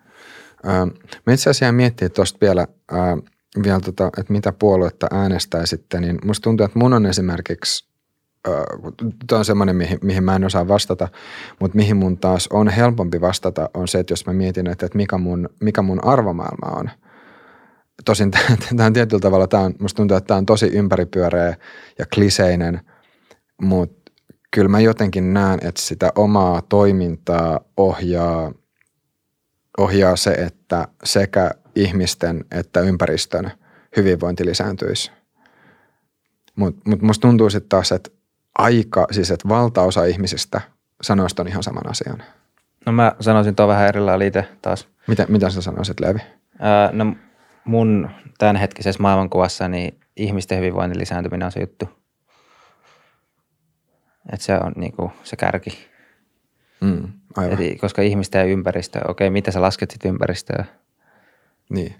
Mä itse asiassa miettii tuosta vielä että mitä puoluetta äänestää sitten, niin musta tuntuu, että mun on esimerkiksi, tämä on semmoinen, mihin mä en osaa vastata, mutta mihin mun taas on helpompi vastata, on se, että jos mä mietin, että mikä mun arvomaailma on. Tosin tämä on tietyllä tavalla, musta tuntuu, että tämä on tosi ympäripyöreä ja kliseinen, mutta kyllä mä jotenkin näen, että sitä omaa toimintaa ohjaa se, että sekä ihmisten että ympäristön hyvinvointi lisääntyisi. Mutta musta tuntuu sitten taas, että että valtaosa ihmisistä sanoisi ton ihan saman asian. No mä sanoisin tuon vähän eri lailla itse taas. Mitä sä sanoisit, Leevi? No mun tämänhetkisessä maailmankuvassa niin ihmisten hyvinvoinnin lisääntyminen on se juttu. Että se on niinku se kärki. Aivan. Eli, koska ihmistä ja ympäristö, okei, mitä sä lasket sit ympäristöä? Niin,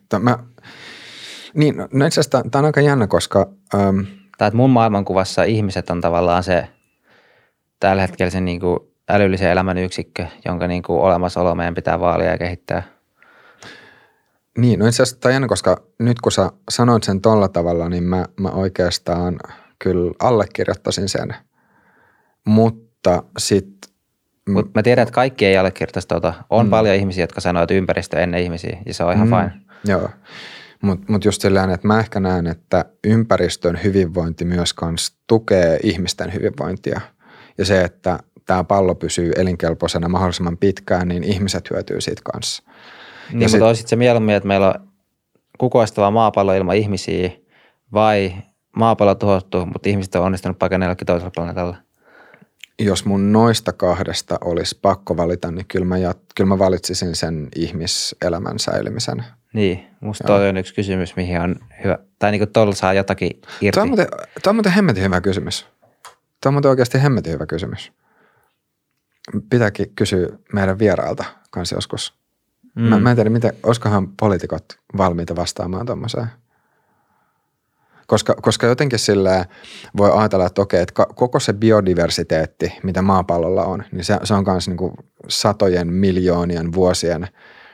no itse asiassa tämä on aika jännä, koska Tai että mun maailmankuvassa ihmiset on tavallaan se tällä hetkellä se niinku älyllisen elämän yksikkö, jonka niinku olemassaolo meidän pitää vaalia ja kehittää. Niin, no itse asiassa tämä on jännä, koska nyt kun sä sanoit sen tolla tavalla, niin mä oikeastaan kyllä allekirjoittaisin sen, mutta sitten Mutta mä tiedän, että kaikki ei allekirjoittaisi tuota. On paljon ihmisiä, jotka sanoo, että ympäristö ennen ihmisiä, ja se on ihan fine. Joo, mutta just sillä että mä ehkä näen, että ympäristön hyvinvointi myös kans tukee ihmisten hyvinvointia. Ja se, että tämä pallo pysyy elinkelpoisena mahdollisimman pitkään, niin ihmiset hyötyy siitä kanssa. Niin, mutta olisit se mieluummin, että meillä on kukoistava maapallo ilman ihmisiä, vai maapallo tuhottu, mutta ihmiset on onnistunut pakeneellakin toisella planeetalla? Jos mun noista kahdesta olisi pakko valita, niin kyllä mä valitsisin sen ihmiselämän säilymisen. Niin, musta toi on yksi kysymys, mihin on hyvä, tai niin kuin tuolla saa jotakin irti. Tämä on muuten hemmetin hyvä kysymys. Tämä on muuten oikeasti hemmetin hyvä kysymys. Pitääkin kysyä meidän vierailta kanssa joskus. Mä en tiedä, olisikohan poliitikot valmiita vastaamaan tuommoiseen. Koska jotenkin silleen voi ajatella, että okei, että koko se biodiversiteetti, mitä maapallolla on, niin se on myös niinku satojen miljoonien vuosien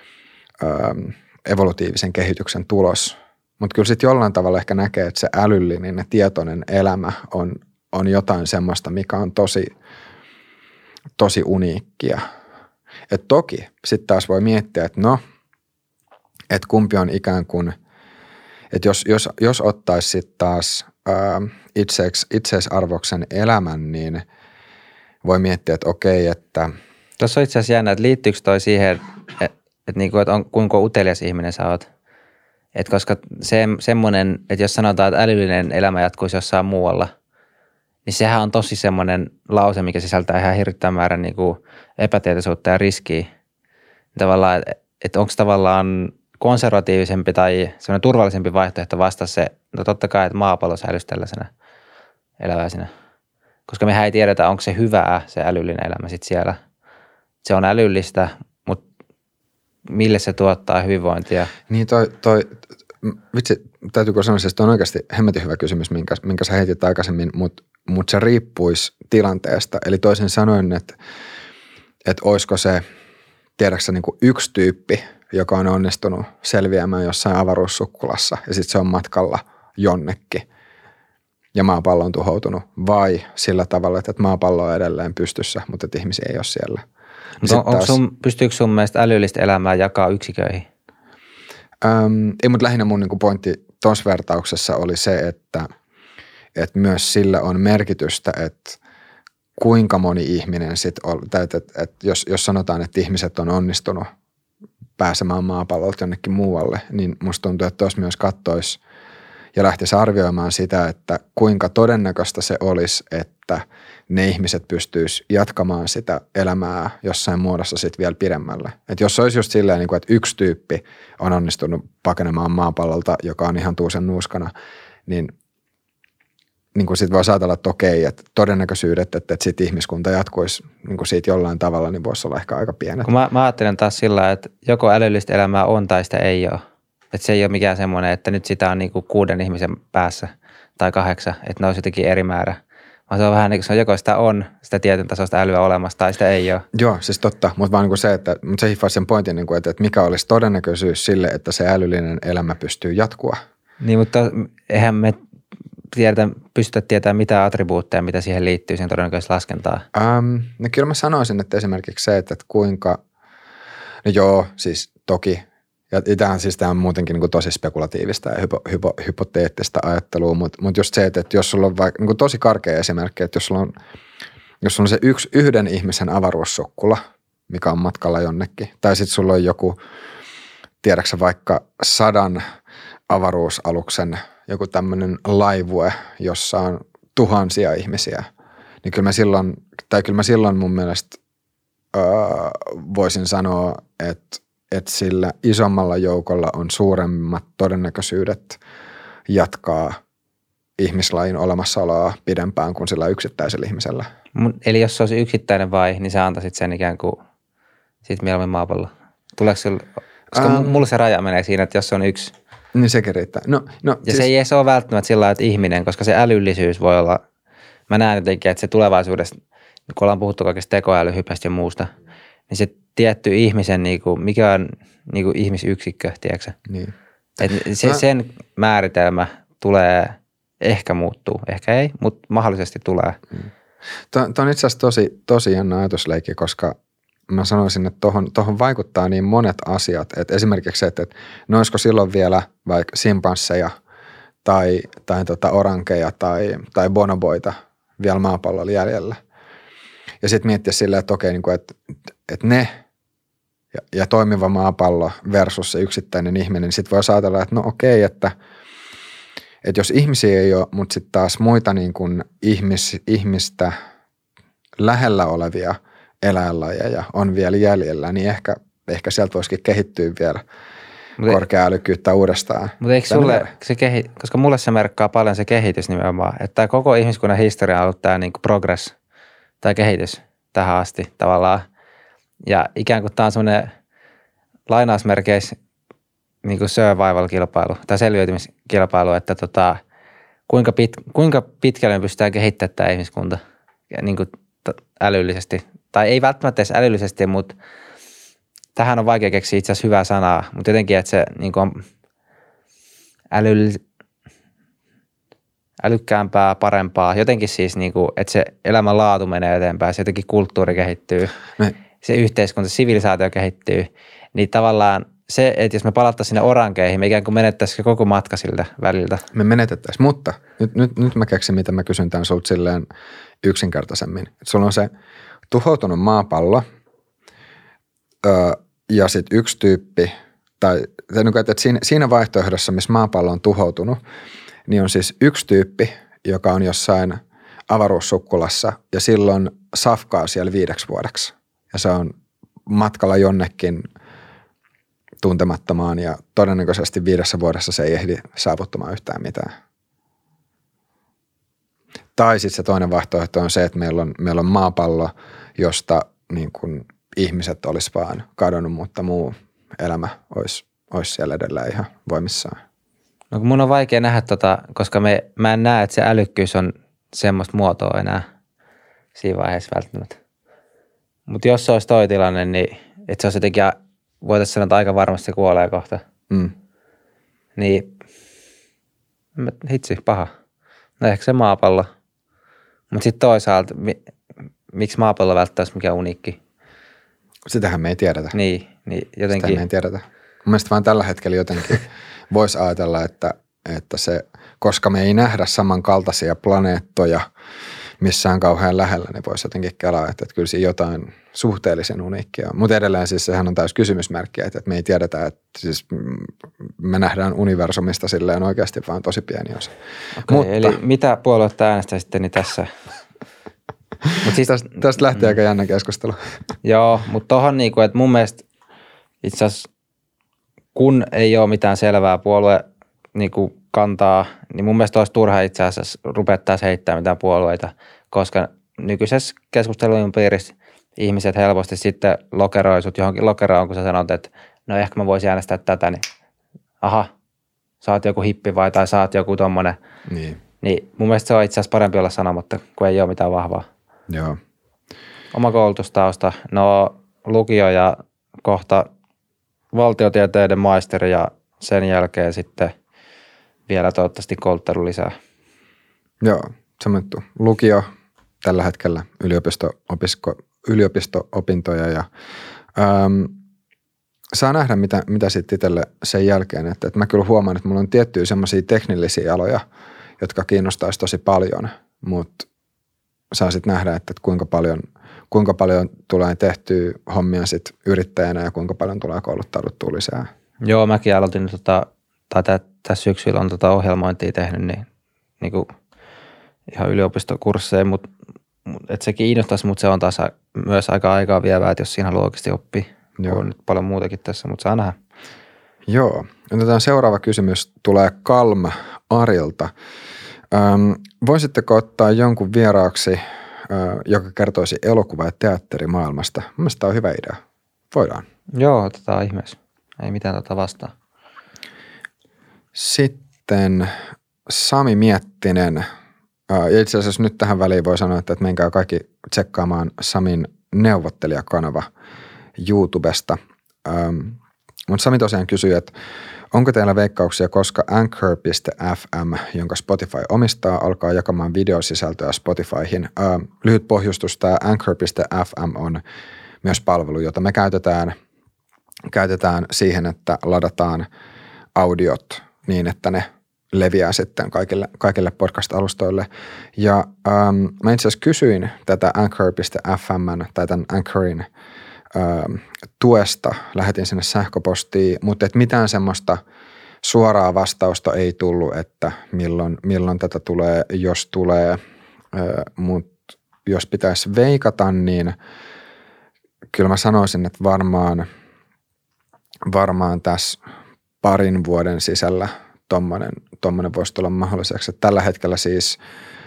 evolutiivisen kehityksen tulos. Mutta kyllä sitten jollain tavalla ehkä näkee, että se älyllinen ja tietoinen elämä on jotain semmoista, mikä on tosi uniikkia. Et toki sitten taas voi miettiä, että että kumpi on ikään kuin, että jos ottaisi sitten taas itseisarvoksen elämän, niin voi miettiä, että okei, että tuossa on itse asiassa jännä, että liittyykö toi siihen, että kuinka utelias ihminen sä oot. Että koska semmoinen, että jos sanotaan, että älyllinen elämä jatkuisi jossain muualla, niin sehän on tosi semmoinen lause, mikä sisältää ihan hirvittävän määrän niin kuin epätietoisuutta ja riskiä. Tavallaan, että onko tavallaan konservatiivisempi tai semmoinen turvallisempi vaihtoehto vastata se, no totta kai, että maapallo säilyisi tällaisena eläväisenä. Koska mehän ei tiedetä, onko se hyvää se älyllinen elämä sitten siellä. Se on älyllistä, mutta mille se tuottaa hyvinvointia? Niin vitsi, täytyykö sanoa, että on oikeasti hemmetin hyvä kysymys, minkä sä heitit aikaisemmin, mutta se riippuisi tilanteesta. Eli toisin sanoen, että olisiko se, tiedätkö niin kuin yksi tyyppi, joka on onnistunut selviämään jossain avaruussukkulassa ja sitten se on matkalla jonnekin ja maapallo on tuhoutunut, vai sillä tavalla, että maapallo on edelleen pystyssä, mutta että ihmisiä ei ole siellä. Pystyykö sun mielestä älyllistä elämää jakaa yksiköihin? Ei, mutta lähinnä mun niinku pointti tuossa vertauksessa oli se, että myös sillä on merkitystä, että kuinka moni ihminen sitten on, että jos sanotaan, että ihmiset on onnistunut pääsemään maapallolta jonnekin muualle, niin musta tuntuu, että tuossa myös kattoisi ja lähtisi arvioimaan sitä, että kuinka todennäköistä se olisi, että ne ihmiset pystyisi jatkamaan sitä elämää jossain muodossa sitten vielä pidemmälle. Että jos olisi just silleen, että yksi tyyppi on onnistunut pakenemaan maapallolta, joka on ihan tuusen nuuskana, niin sitten voisi ajatella, että okei, että todennäköisyydet, että sitten ihmiskunta jatkuisi niin kuin siitä jollain tavalla, niin voisi olla ehkä aika pienet. Kun mä ajattelen taas sillä, että joko älyllistä elämää on tai sitä ei ole. Että se ei ole mikään semmoinen, että nyt sitä on niin kuin 6 ihmisen päässä tai 8, että ne olisi jotenkin eri määrä. Vaan se on vähän niin kuin joko sitä on, sitä tietyn tasoista älyä olemassa tai sitä ei ole. Joo, siis totta, mutta vaan niin kuin se, että se hiffasi sen pointin, niin kuin, että mikä olisi todennäköisyys sille, että se älyllinen elämä pystyy jatkua. Niin, mutta eihän me pystytä tietämään mitä attribuutteja, mitä siihen liittyy, siihen todennäköisesti laskentaa. No kyllä mä sanoisin, että esimerkiksi se, että kuinka, no joo, siis toki, ja tämä on muutenkin niin kuin tosi spekulatiivista ja hypoteettista ajattelua, mutta just se, että jos sulla on vaikka niin kuin tosi karkea esimerkki, että jos sulla on se yhden ihmisen avaruussukkula, mikä on matkalla jonnekin, tai sitten sulla on joku, tiedäksä vaikka 100 avaruusaluksen joku tämmöinen laivue, jossa on tuhansia ihmisiä, niin kyllä mä silloin mun mielestä voisin sanoa, että sillä isommalla joukolla on suuremmat todennäköisyydet jatkaa ihmislajin olemassaoloa pidempään kuin sillä yksittäisellä ihmisellä. Eli jos se olisi yksittäinen niin sä antaisit sen ikään kuin sit mieluummin maapallo. Tuleeko sulla, koska mulla se raja menee siinä, että jos se on yksi. Niin sekin riittää. No, ja siis, se ei edes ole välttämättä sillä lailla, että ihminen, koska se älyllisyys voi olla, mä näen jotenkin, että se tulevaisuudessa, kun ollaan puhuttu kaikesta tekoälyhypästä ja muusta, niin se tietty ihmisen, niin kuin, mikä on niin kuin ihmisyksikkö, tiedätkö? Niin. Sen määritelmä tulee, ehkä muuttuu, ehkä ei, mutta mahdollisesti tulee. Tämä on itse asiassa tosi jännä ajatusleikki, koska mä sanoisin, että tuohon vaikuttaa niin monet asiat, että esimerkiksi se, että ne olisiko silloin vielä vaikka simpansseja tai orankeja tai bonoboita vielä maapallolla jäljellä. Ja sitten miettiä silleen, että okei, että ne ja toimiva maapallo versus se yksittäinen ihminen, niin sitten voi ajatella, että no okei, että jos ihmisiä ei ole, mutta sitten taas muita niin kuin ihmistä lähellä olevia eläinlajeja on vielä jäljellä, niin ehkä sieltä voisikin kehittyä vielä korkea-älykkyyttä uudestaan. Mutta eikö sulle, koska mulle se merkkaa paljon se kehitys nimenomaan, että tämä koko ihmiskunnan historia on ollut tämä niinku progress tai kehitys tähän asti tavallaan. Ja ikään kuin tämä on semmoinen lainausmerkeissä niin kuin survival-kilpailu tai selviytymiskilpailu, että kuinka pitkälle me pystytään kehittämään tämä ihmiskunta niin kuin älyllisesti. Tai ei välttämättä edes älyllisesti, mutta tähän on vaikea keksiä itse asiassa hyvää sanaa, mutta jotenkin, että se niin kuin on älykkäämpää, parempaa. Jotenkin siis, niin kuin, että se elämänlaatu menee eteenpäin, se jotenkin kulttuuri kehittyy, se yhteiskunta, sivilisaatio kehittyy. Niin tavallaan se, että jos me palattaisiin sinne orankeihin, me ikään kuin menettäisiin koko matka siltä väliltä. Me menetettäisiin, mutta nyt mä keksin, mitä mä kysyn tämän sulta silleen yksinkertaisemmin. Sulla on se tuhoutunut maapallo ja sitten yksi tyyppi, että siinä vaihtoehdossa, missä maapallo on tuhoutunut, niin on siis yksi tyyppi, joka on jossain avaruussukkulassa ja silloin safkaa siellä 5 vuodeksi. Ja se on matkalla jonnekin tuntemattomaan ja todennäköisesti 5 vuodessa se ei ehdi saavuttamaan yhtään mitään. Tai sitten se toinen vaihtoehto on se, että meillä on maapallo, josta niin kuin ihmiset olisi vaan kadonnut, mutta muu elämä olisi siellä edelleen ihan voimissaan. No kun mun on vaikea nähdä koska mä en näe, että se älykkyys on semmoista muotoa enää siinä vaiheessa välttämättä. Mutta jos se olisi toi tilanne, niin että se olisi jotenkin, voitaisiin sanoa, että aika varmasti kuolee kohta. Niin, hitsi, paha. No ehkä se maapallo. Mutta sitten toisaalta, miksi maapallo välttämättä olisi mikään uniikki? Sitähän me ei tiedetä. Niin jotenkin. Sitä me ei tiedetä. Mun mielestä vaan tällä hetkellä jotenkin voisi ajatella, että se, koska me ei nähdä samankaltaisia planeettoja missään kauhean lähellä, niin voisi jotenkin kelaa, että kyllä siinä jotain suhteellisen uniikkia on. Mutta edelleen siis sehän on täys kysymysmerkki, että me ei tiedetä, että siis me nähdään universumista silleen oikeasti vaan tosi pieni osa. Okay, mutta, eli mitä puoluetta äänestäisitte niin tässä? Siis, tästä lähtee aika jännä keskustelu. Joo, mutta tohon niinku, että mun mielestä itse asiassa kun ei ole mitään selvää puolue niinku kantaa, niin mun mielestä olisi turha itse asiassa rupea taas heittämään mitään puolueita, koska nykyisessä keskustelujen piirissä ihmiset helposti sitten lokeroi sut johonkin lokeroon, kun sä sanot, että no ehkä mä voisin äänestää tätä, niin aha, sä oot joku hippi tai sä oot joku tommonen. Niin mun mielestä se on itse asiassa parempi olla sanomatta, kun ei ole mitään vahvaa. Joo. Oma koulutustausta, no lukio ja kohta valtiotieteiden maisteri ja sen jälkeen sitten vielä toivottavasti kouluttelu lisää. Joo, samoittu. Lukio tällä hetkellä yliopisto-opintoja ja saa nähdä, mitä sitten itselle sen jälkeen. Että mä kyllä huomaan, että mulla on tiettyjä semmoisia teknillisiä aloja, jotka kiinnostaisi tosi paljon, mutta saa sitten nähdä, että kuinka paljon tulee tehtyä hommia sit yrittäjänä ja kuinka paljon tulee kouluttauduttua lisää. Joo, mäkin aloitin tässä syksyllä on ohjelmointia tehnyt, niin kuin ihan yliopistokursseja, mutta että se kiinnostaisi, mutta se on taas myös aika aikaa vievää, että jos siinä haluaa oikeasti oppia. Joo. On nyt paljon muutakin tässä, mutta saa nähdä. Joo. Otetaan seuraava kysymys. Tulee Kalm Arilta. Voisitteko ottaa jonkun vieraaksi, joka kertoisi elokuva- ja teatterimaailmasta? Mielestäni tämä on hyvä idea. Voidaan. Joo, otetaan ihmeessä. Ei mitään vastaan. Sitten Sami Miettinen. Ja itse asiassa nyt tähän väliin voi sanoa, että menkää kaikki tsekkaamaan Samin neuvottelijakanava YouTubesta. Mutta Sami tosiaan kysyy, että onko teillä veikkauksia, koska Anchor.fm, jonka Spotify omistaa, alkaa jakamaan videosisältöä Spotifyhin. Lyhyt pohjustus, tämä Anchor.fm on myös palvelu, jota me käytetään siihen, että ladataan audiot niin, että ne leviää sitten kaikille podcast-alustoille. Ja mä itse asiassa kysyin tätä Anchor.fm tai tämän Anchorin tuesta, lähetin sinne sähköpostiin, mutta et mitään semmoista suoraa vastausta ei tullut, että milloin tätä tulee, jos tulee, mutta jos pitäisi veikata, niin kyllä mä sanoisin, että varmaan tässä parin vuoden sisällä tommonen voisi tulla mahdolliseksi. Että tällä hetkellä siis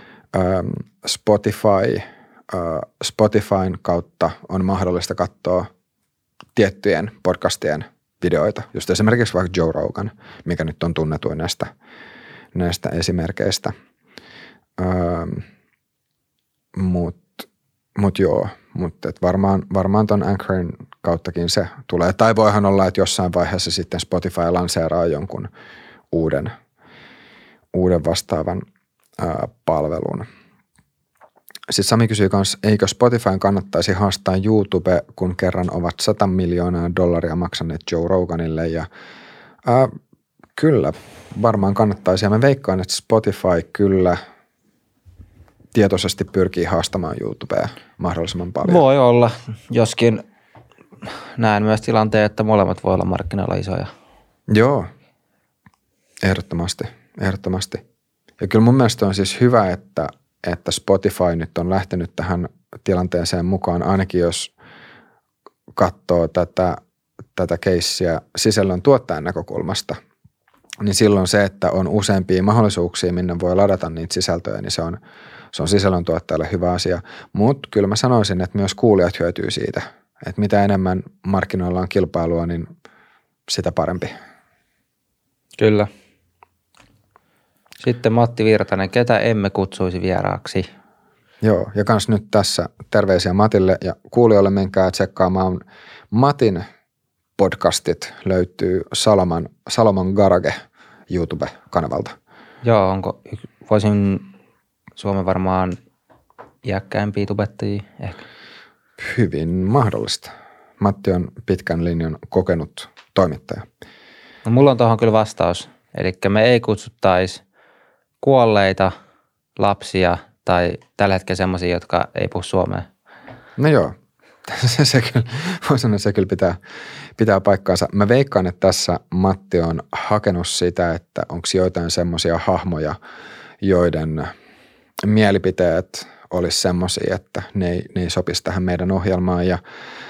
Spotifyn kautta on mahdollista katsoa tiettyjen podcastien videoita, just esimerkiksi vaikka Joe Rogan, mikä nyt on tunnetuin näistä esimerkkeistä. Mutta varmaan ton Anchorin kauttakin se tulee. Tai voihan olla, että jossain vaiheessa sitten Spotify lanseeraa jonkun uuden vastaavan palvelun. Sitten Sami kysyy myös, eikö Spotifyn kannattaisi haastaa YouTube, kun kerran ovat $100 miljoonaa maksaneet Joe Roganille. Ja kyllä, varmaan kannattaisi. Ja mä veikkaan, että Spotify kyllä tietoisesti pyrkii haastamaan YouTubea mahdollisimman paljon. Voi olla, joskin näen myös tilanteen, että molemmat voi olla markkinoilla isoja. Joo, ehdottomasti. Ja kyllä mun mielestä on siis hyvä, että Spotify nyt on lähtenyt tähän tilanteeseen mukaan, ainakin jos katsoo tätä keissiä sisällön tuottajan näkökulmasta, niin silloin se, että on useampia mahdollisuuksia, minne voi ladata niitä sisältöjä, niin se on sisällön tuottajalle hyvä asia. Mutta kyllä mä sanoisin, että myös kuulijat hyötyy siitä, että mitä enemmän markkinoilla on kilpailua, niin sitä parempi. Kyllä. Sitten Matti Virtanen, ketä emme kutsuisi vieraaksi? Joo, ja kans nyt tässä terveisiä Matille ja kuulijoille, menkää tsekkaamaan Matin podcastit, löytyy Salomon Garage YouTube-kanavalta. Joo, voisin Suomen varmaan iäkkäimpiä tubettajia ehkä. Hyvin mahdollista. Matti on pitkän linjan kokenut toimittaja. No, mulla on tuohon kyllä vastaus. Eli me ei kutsuttaisi kuolleita lapsia tai tällä hetkellä semmoisia, jotka ei puhu suomea. No joo, se kyllä, voi sanoa, että se kyllä pitää paikkaansa. Mä veikkaan, että tässä Matti on hakenut sitä, että onko joitain semmoisia hahmoja, joiden mielipiteet olisi semmoisia, että ne ei sopisi tähän meidän ohjelmaan. Ja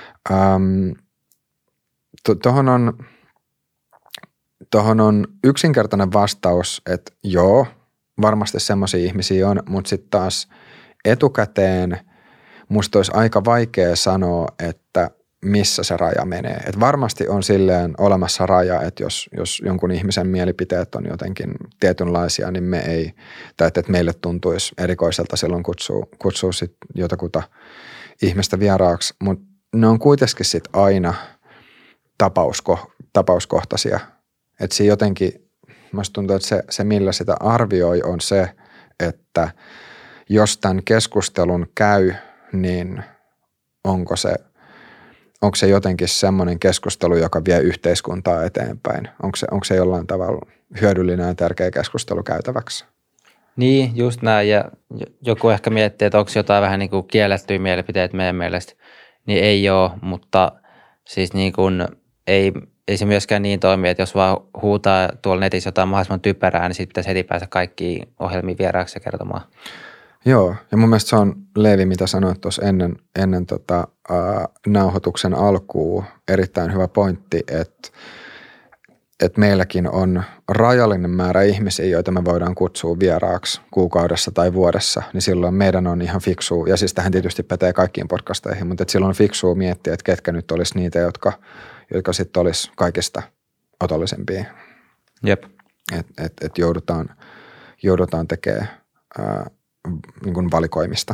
tuohon on yksinkertainen vastaus, että joo, varmasti semmoisia ihmisiä on, mutta sitten taas etukäteen musta olisi aika vaikea sanoa, että missä se raja menee. Et varmasti on silleen olemassa raja, että jos jonkun ihmisen mielipiteet on jotenkin tietynlaisia, niin me ei, tai että meille tuntuisi erikoiselta silloin kutsua sit jotakuta ihmistä vieraaksi, mutta ne on kuitenkin sitten aina tapauskohtaisia. Että siinä jotenkin, musta tuntuu, että se millä sitä arvioi on se, että jos tämän keskustelun käy, niin onko se jotenkin semmoinen keskustelu, joka vie yhteiskuntaa eteenpäin? Onko se jollain tavalla hyödyllinen ja tärkeä keskustelu käytäväksi? Niin, just näin. Ja joku ehkä miettii, että onko jotain vähän niin kuin kiellettyjä mielipiteitä meidän mielestä. Niin ei ole, mutta siis niin kuin ei se myöskään niin toimi, että jos vaan huutaa tuolla netissä jotain mahdollisimman typerää, niin sitten heti pääse kaikkiin ohjelmiin vieraaksi ja kertomaan. Joo, ja mun mielestä se on, Leevi, mitä sanoit tuossa ennen nauhoituksen alkuun, erittäin hyvä pointti, että meilläkin on rajallinen määrä ihmisiä, joita me voidaan kutsua vieraaksi kuukaudessa tai vuodessa, niin silloin meidän on ihan fiksua, ja siis tähän tietysti pätee kaikkiin podcasteihin, mutta silloin on fiksua miettiä, että ketkä nyt olisi niitä, jotka sitten olisi kaikista otollisempia. Jep. Et joudutaan tekemään niin kuin valikoimista.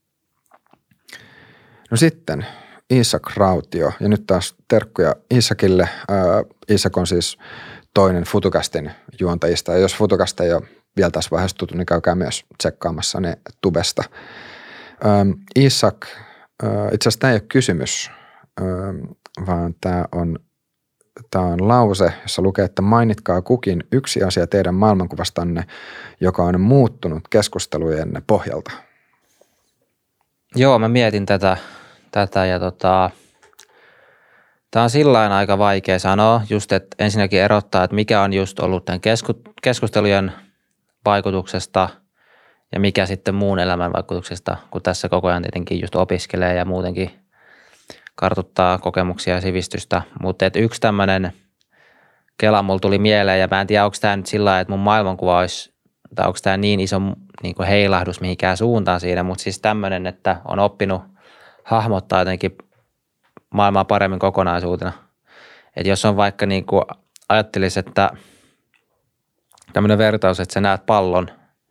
No sitten Iisak Rautio, ja nyt taas terkkuja Iisakille. Iisak on siis toinen FutuCastin juontajista, ja jos FutuCast ei ole vielä tässä vaiheessa tuttu, niin käykää myös tsekkaamassa ne tubesta. Iisak, itse asiassa tämä ei ole kysymys, vaan tämä on lause, jossa lukee, että mainitkaa kukin yksi asia teidän maailmankuvastanne, joka on muuttunut keskustelujenne pohjalta. Joo, mä mietin tätä ja tämä on sillain aika vaikea sanoa, just että ensinnäkin erottaa, että mikä on just ollut tämän keskustelujen vaikutuksesta ja mikä sitten muun elämän vaikutuksesta, kun tässä koko ajan tietenkin just opiskelee ja muutenkin kartuttaa kokemuksia ja sivistystä. Mutta yksi tämmöinen kela mulla tuli mieleen ja mä en tiedä, onko tämä nyt sillä lailla, että mun maailmankuva olisi, tai onko tämä niin iso niin kuin heilahdus mihinkään suuntaan siinä, mutta siis tämmöinen, että on oppinut hahmottaa jotenkin maailmaa paremmin kokonaisuutena. Että jos on vaikka niin kuin ajattelisi, että tämmöinen vertaus, että sä näet pallon,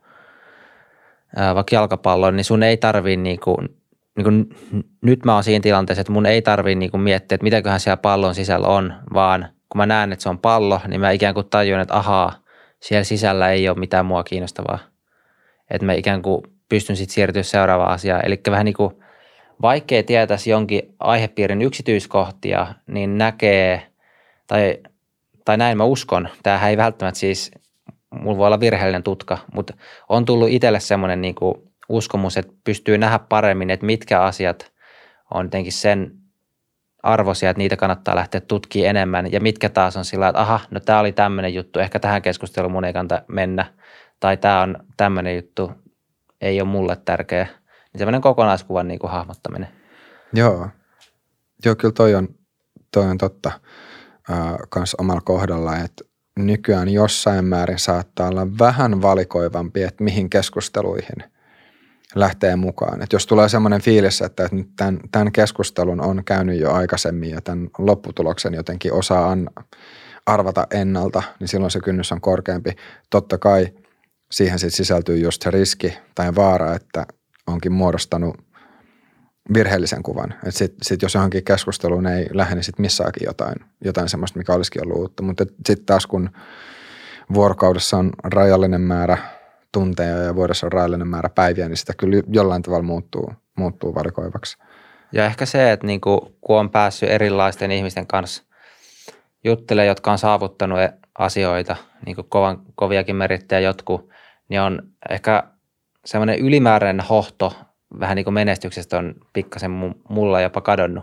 vaikka jalkapallon, niin sun ei tarvii niin kuin nyt mä oon siinä tilanteessa, että mun ei tarvii niin kuin miettiä, että mitäköhän siellä pallon sisällä on, vaan kun mä näen, että se on pallo, niin mä ikään kuin tajun, että ahaa, siellä sisällä ei ole mitään mua kiinnostavaa. Että mä ikään kuin pystyn sitten siirtyä seuraavaan asiaan. Eli vähän niin kuin vaikkei tietäisi jonkin aihepiirin yksityiskohtia, niin näkee, tai näin mä uskon, tämähän ei välttämättä siis, mulla voi olla virheellinen tutka, mutta on tullut itselle semmoinen niin kuin uskomus, että pystyy nähdä paremmin, että mitkä asiat on jotenkin sen arvoisia, että niitä kannattaa lähteä tutkimaan enemmän ja mitkä taas on sillä, että aha, no tämä oli tämmöinen juttu, ehkä tähän keskusteluun mun ei kannata mennä tai tämä on tämmöinen juttu, ei ole mulle tärkeä. Niin semmoinen kokonaiskuvan niin kuin hahmottaminen. Joo, kyllä toi on totta kans omalla kohdalla, että nykyään jossain määrin saattaa olla vähän valikoivampi, että mihin keskusteluihin lähtee mukaan. Että jos tulee semmoinen fiilis, että nyt tämän keskustelun on käynyt jo aikaisemmin ja tämän lopputuloksen jotenkin osaa arvata ennalta, niin silloin se kynnys on korkeampi. Totta kai siihen sitten sisältyy just se riski tai vaara, että onkin muodostanut virheellisen kuvan. Että sit jos johonkin keskusteluun ei lähde, niin sitten missaakin jotain semmoista, mikä olisikin ollut uutta. Mutta sitten taas kun vuorokaudessa on rajallinen määrä tunteja ja vuodessa on rajallinen määrä päiviä, niin sitä kyllä jollain tavalla muuttuu valikoivaksi. Ja ehkä se, että niinku, kun on päässyt erilaisten ihmisten kanssa juttelemaan, jotka on saavuttanut asioita, niin kuin koviakin merittejä jotkut, niin on ehkä semmoinen ylimääräinen hohto vähän niin kuin menestyksestä on pikkasen mulla jopa kadonnut.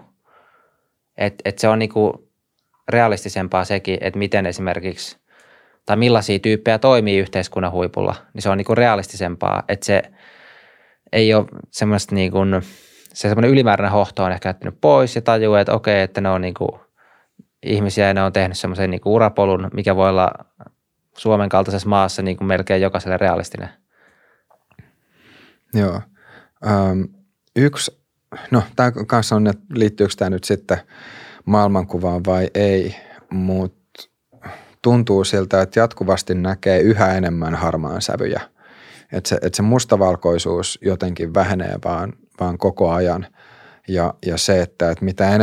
Et se on niin kuin realistisempaa sekin, että miten esimerkiksi tai millaisia tyyppejä toimii yhteiskunnan huipulla, niin se on niin kuin realistisempaa, että se ei ole semmoista niin kuin, se semmoinen ylimääräinen hohto on ehkä jättänyt pois ja tajuu, että okei, että ne on niin kuin ihmisiä ja ne on tehnyt semmoisen niin kuin urapolun, mikä voi olla Suomen kaltaisessa maassa niin kuin melkein jokaiselle realistinen. Joo. Tämä kanssa on, että liittyykö tämä nyt sitten maailmankuvaan vai ei, mutta tuntuu siltä, että jatkuvasti näkee yhä enemmän harmaan sävyjä. Että se mustavalkoisuus jotenkin vähenee vaan koko ajan. Ja se, että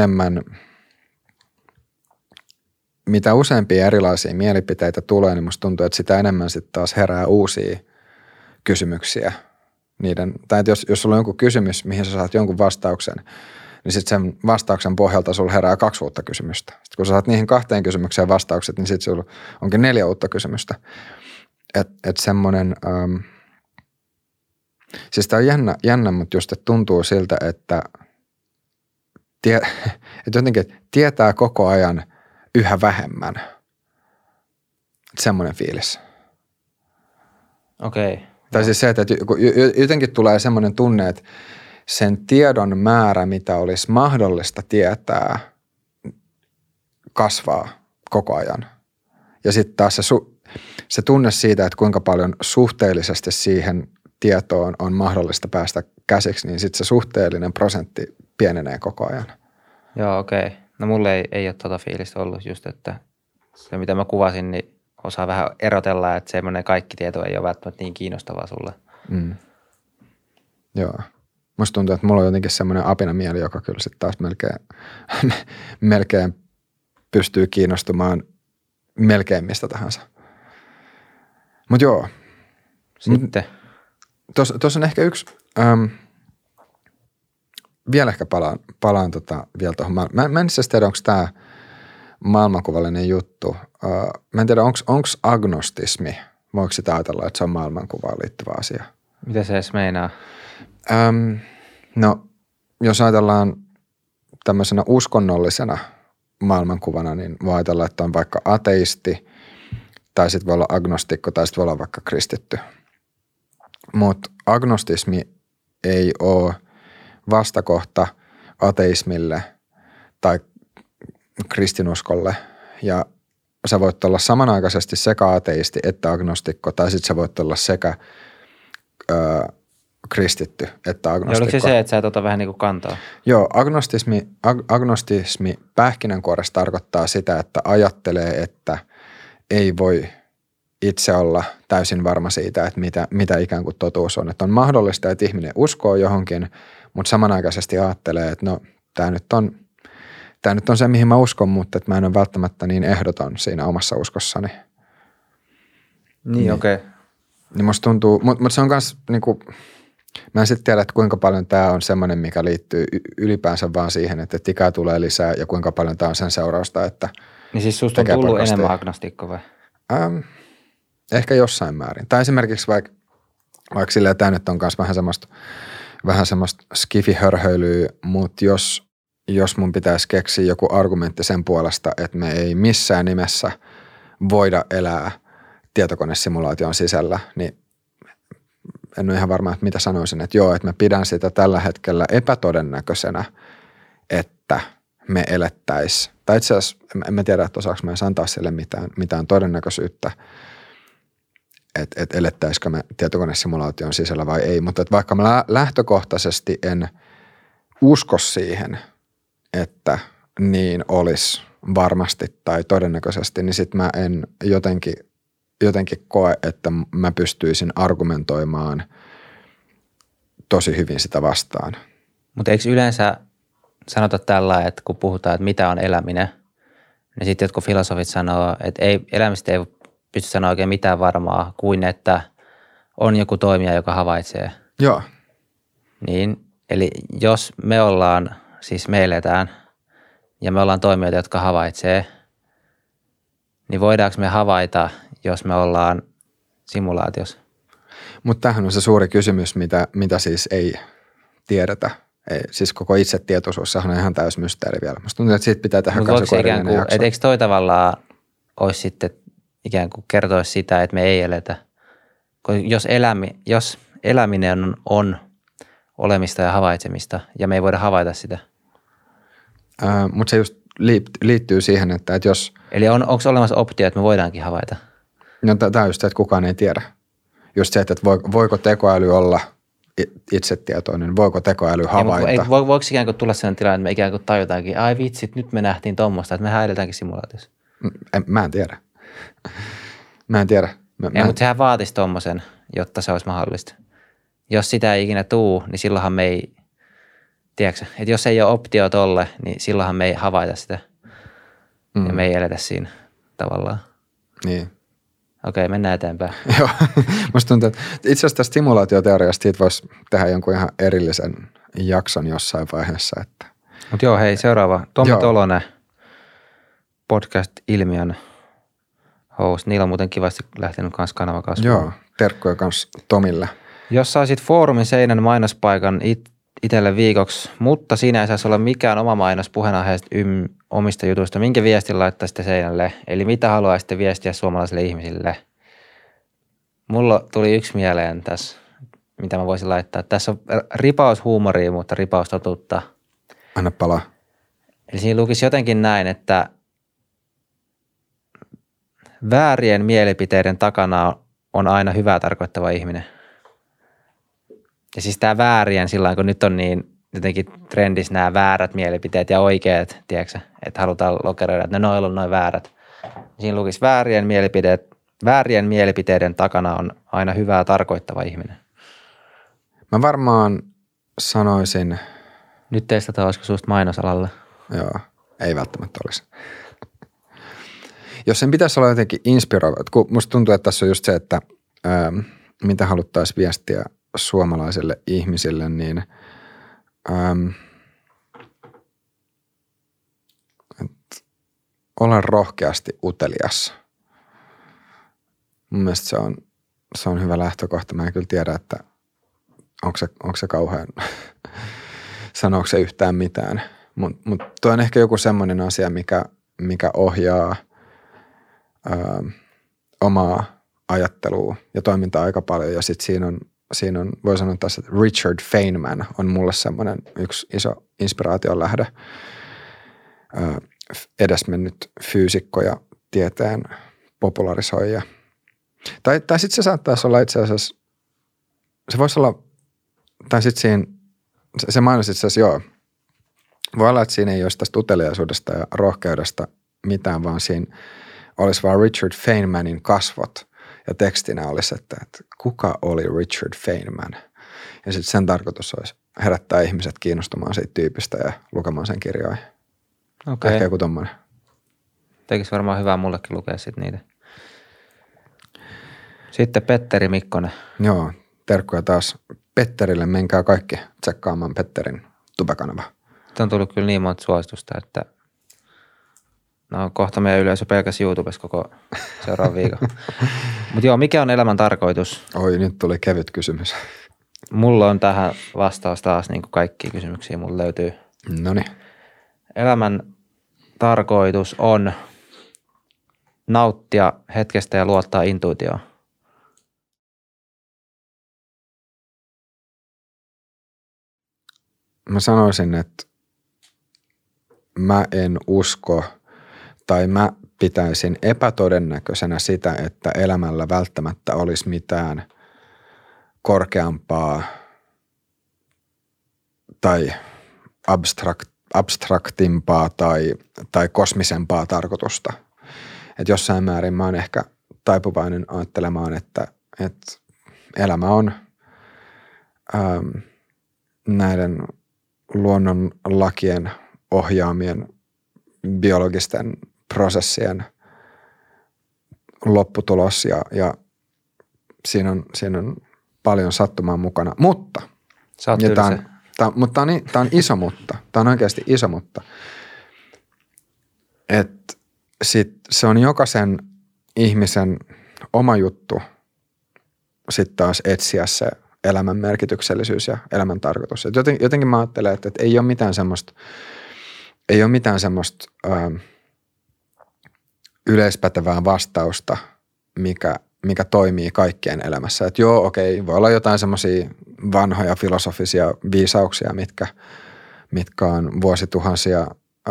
mitä useampia erilaisia mielipiteitä tulee, niin musta tuntuu, että sitä enemmän sitten taas herää uusia kysymyksiä. Tai että jos sulla on jonkun kysymys, mihin sä saat jonkun vastauksen, niin sitten sen vastauksen pohjalta sulla herää 2 uutta kysymystä. Sitten kun sä saat niihin 2 kysymykseen vastaukset, niin sitten sulla onkin 4 uutta kysymystä. Että semmoinen, siis tää on jännä, mutta just että tuntuu siltä, että jotenkin tietää koko ajan yhä vähemmän. Semmoinen fiilis. Okei. Okay. Tai siis se, että jotenkin tulee semmoinen tunne, että sen tiedon määrä, mitä olisi mahdollista tietää, kasvaa koko ajan. Ja sitten taas se tunne siitä, että kuinka paljon suhteellisesti siihen tietoon on mahdollista päästä käsiksi, niin sitten se suhteellinen prosentti pienenee koko ajan. Joo, okei. No mulle ei ole tota fiilistä ollut just, että se mitä mä kuvasin, niin osaa vähän erotella, että semmoinen kaikki tieto ei ole välttämättä niin kiinnostavaa sulle. Joo. Musta tuntuu, että mulla on jotenkin semmoinen apinamieli, joka kyllä sitten taas melkein pystyy kiinnostumaan melkein mistä tahansa. Mutta joo. Sitten. Tuossa on ehkä yksi, vielä ehkä palaan vielä tuohon. Mä en itse tiedä, onko tämä maailmankuvallinen juttu. Mä en tiedä, onko agnostismi, voiko sitä ajatella, että se on maailmankuvaan liittyvä asia? Mitä se edes meinaa? No, jos ajatellaan tämmöisenä uskonnollisena maailmankuvana, niin voi ajatella, että on vaikka ateisti, tai sitten voi olla agnostikko, tai sitten voi olla vaikka kristitty. Mutta agnostismi ei ole vastakohta ateismille tai kristinuskolle. Ja sä voit olla samanaikaisesti sekä ateisti että agnostikko, tai sitten sä voit olla sekä kristitty että agnostikko. Oliko se, että sä et ota vähän niin kuin kantaa? Joo, agnostismi pähkinänkuoressa tarkoittaa sitä, että ajattelee, että ei voi itse olla täysin varma siitä, että mitä ikään kuin totuus on. Että on mahdollista, että ihminen uskoo johonkin, mutta samanaikaisesti ajattelee, että no tämä nyt on se, mihin mä uskon, mutta että mä en ole välttämättä niin ehdoton siinä omassa uskossani. Niin, okei. Niin musta tuntuu, mutta se on myös niinku, mä en sitten tiedä, että kuinka paljon tämä on semmoinen, mikä liittyy ylipäänsä vaan siihen, että ikää tulee lisää ja kuinka paljon tämä on sen seurausta, että niin siis susta on tullut enemmän agnostikko vai? Ehkä jossain määrin. Tai esimerkiksi vaikka silleen, tämä nyt on myös vähän semmoista skifihörhöilyä, mutta jos mun pitäisi keksiä joku argumentti sen puolesta, että me ei missään nimessä voida elää tietokonesimulaation sisällä, niin en ole ihan varma, että mitä sanoisin, että joo, että mä pidän sitä tällä hetkellä epätodennäköisenä, että me elettäisiin. Tai itse asiassa en mä tiedä, että osaanko mä edes antaa sille mitään todennäköisyyttä, että elettäisikö me tietokonesimulaation sisällä vai ei. Mutta että vaikka mä lähtökohtaisesti en usko siihen, että niin olisi varmasti tai todennäköisesti, niin sit mä en jotenkin koe, että mä pystyisin argumentoimaan tosi hyvin sitä vastaan. Mutta eikö yleensä sanota tällä, että kun puhutaan, että mitä on eläminen, niin sitten jotkut filosofit sanoo, että elämistä ei pysty sanoa oikein mitään varmaa kuin, että on joku toimija, joka havaitsee. Joo. Niin, eli jos me eletään ja me ollaan toimijoita, jotka havaitsee, niin voidaanko me havaita, jos me ollaan simulaatiossa? Mutta tämähän on se suuri kysymys, mitä siis ei tiedetä. Siis koko itsetietoisuus, sehän on ihan täys mysteeri vielä. Musta tuntuu, että siitä pitää tehdä kanssa erillinen jakso. Eikö toi tavallaan olisi sitten ikään kuin kertoisi sitä, että me ei eletä? Jos eläminen on olemista ja havaitsemista ja me ei voida havaita sitä. Mutta se just liittyy siihen, että jos... Eli onko olemassa optio, että me voidaankin havaita? No tämä on just se, että kukaan ei tiedä. Just se, että voiko tekoäly olla itsetietoinen, voiko tekoäly havaita. Voiko ikään kuin tulla sellainen tilanne, että me ikään kuin tajutaankin, ai vitsit, nyt me nähtiin tuommoista, että me häidetäänkin simulaatiossa? Mä en tiedä. Mutta sehän vaatisi tuommoisen, jotta se olisi mahdollista. Jos sitä ei ikinä tuu, niin silloinhan me ei, tiedätkö, että jos ei ole optio tolle, niin silloinhan me ei havaita sitä. Ja me ei eletä siinä tavallaan. Niin. Okei, mennään eteenpäin. Joo, musta tuntuu, että itse asiassa tästä simulaatioteoriasta siitä voisi tehdä jonkun ihan erillisen jakson jossain vaiheessa. Mutta joo, hei, seuraava. Tommi Tolonen, podcast-ilmiön host. Niillä on muuten kivasti lähtenyt kanssa kanava kasvuun. Joo, terkkuja kanssa Tomille. Jos saisit foorumin seinän mainospaikan itselle viikoksi, mutta siinä ei saisi olla mikään oma mainos puheenaiheesta omista jutuista, minkä viestin laittaisitte seinälle? Eli mitä haluaisitte viestiä suomalaisille ihmisille? Mulla tuli yksi mieleen tässä, mitä mä voisin laittaa. Tässä on ripaus huumoria, mutta ripaus totuutta. Anna palaa. Eli siinä lukisi jotenkin näin, että Väärien mielipiteiden takana on aina hyvää tarkoittava ihminen. Ja siis tämä väärien sillä kun nyt on niin jotenkin trendissä nämä väärät mielipiteet ja oikeat, tiedätkö, että halutaan lokeroida, että noilla on noin väärät. Siinä lukisi väärien mielipiteiden takana on aina hyvää tarkoittava ihminen. Mä varmaan sanoisin... Nyt testataan, olisiko susta mainosalalle? Joo, ei välttämättä olisi. Jos sen pitäisi olla jotenkin inspiroiva, kun musta tuntuu, että tässä on just se, että mitä haluttaisiin viestiä suomalaisille ihmisille, niin olen rohkeasti utelias. Mun mielestä se on hyvä lähtökohta. Mä en kyllä tiedä, että onko se kauhean, sanooko se yhtään mitään. Mutta tuo on ehkä joku semmoinen asia, mikä ohjaa omaa ajattelua ja toimintaa aika paljon. Ja sitten siinä on, voi sanoa tässä, että Richard Feynman on mulle semmoinen yksi iso inspiraation lähde. Edesmennyt fyysikko ja tieteen popularisoija. Tai sitten se saattaisi olla itse asiassa, se voisi olla, tai sitten siinä, se mainos itse asiassa joo, voi olla, että siinä ei olisi tästä uteliaisuudesta ja rohkeudesta mitään, vaan siinä olisi vaan Richard Feynmanin kasvot ja tekstinä olisi, että kuka oli Richard Feynman. Ja sitten sen tarkoitus olisi herättää ihmiset kiinnostumaan siitä tyypistä ja lukemaan sen kirjoja. Okei. Ehkä joku tommoinen. Tekisi varmaan hyvää mullekin lukea sitten niitä. Sitten Petteri Mikkonen. Joo, terkkuja taas Petterille. Menkää kaikki tsekkaamaan Petterin tubekanava. Tämä on tullut kyllä niin monta suositusta, että no kohta meidän yleisö pelkäsi YouTubessa koko seuraavan viikon. Mutta joo, mikä on elämän tarkoitus? Oi, nyt tuli kevyt kysymys. Mulla on tähän vastaus taas niin kuin kaikkiin kysymyksiin. Mulla löytyy. Noniin. Elämän tarkoitus on nauttia hetkestä ja luottaa intuitioon. Mä sanoisin, että mä en usko tai mä pitäisin epätodennäköisenä sitä, että elämällä välttämättä olisi mitään korkeampaa tai abstraktimpaa tai kosmisempaa tarkoitusta. Että jossain määrin mä oon ehkä taipuvainen ajattelemaan, että elämä on näiden luonnon lakien ohjaamien biologisten prosessien lopputulos ja siinä on paljon sattumaa mukana, mutta tämä on iso mutta. Tämä on oikeasti iso mutta. Että se on jokaisen ihmisen oma juttu sitten taas etsiä se elämän merkityksellisyys ja elämän tarkoitus. Et jotenkin mä ajattelen, että ei ole mitään semmoista yleispätevää vastausta, mikä toimii kaikkien elämässä. Että joo, okei, voi olla jotain semmoisia vanhoja filosofisia viisauksia, mitkä on vuosituhansia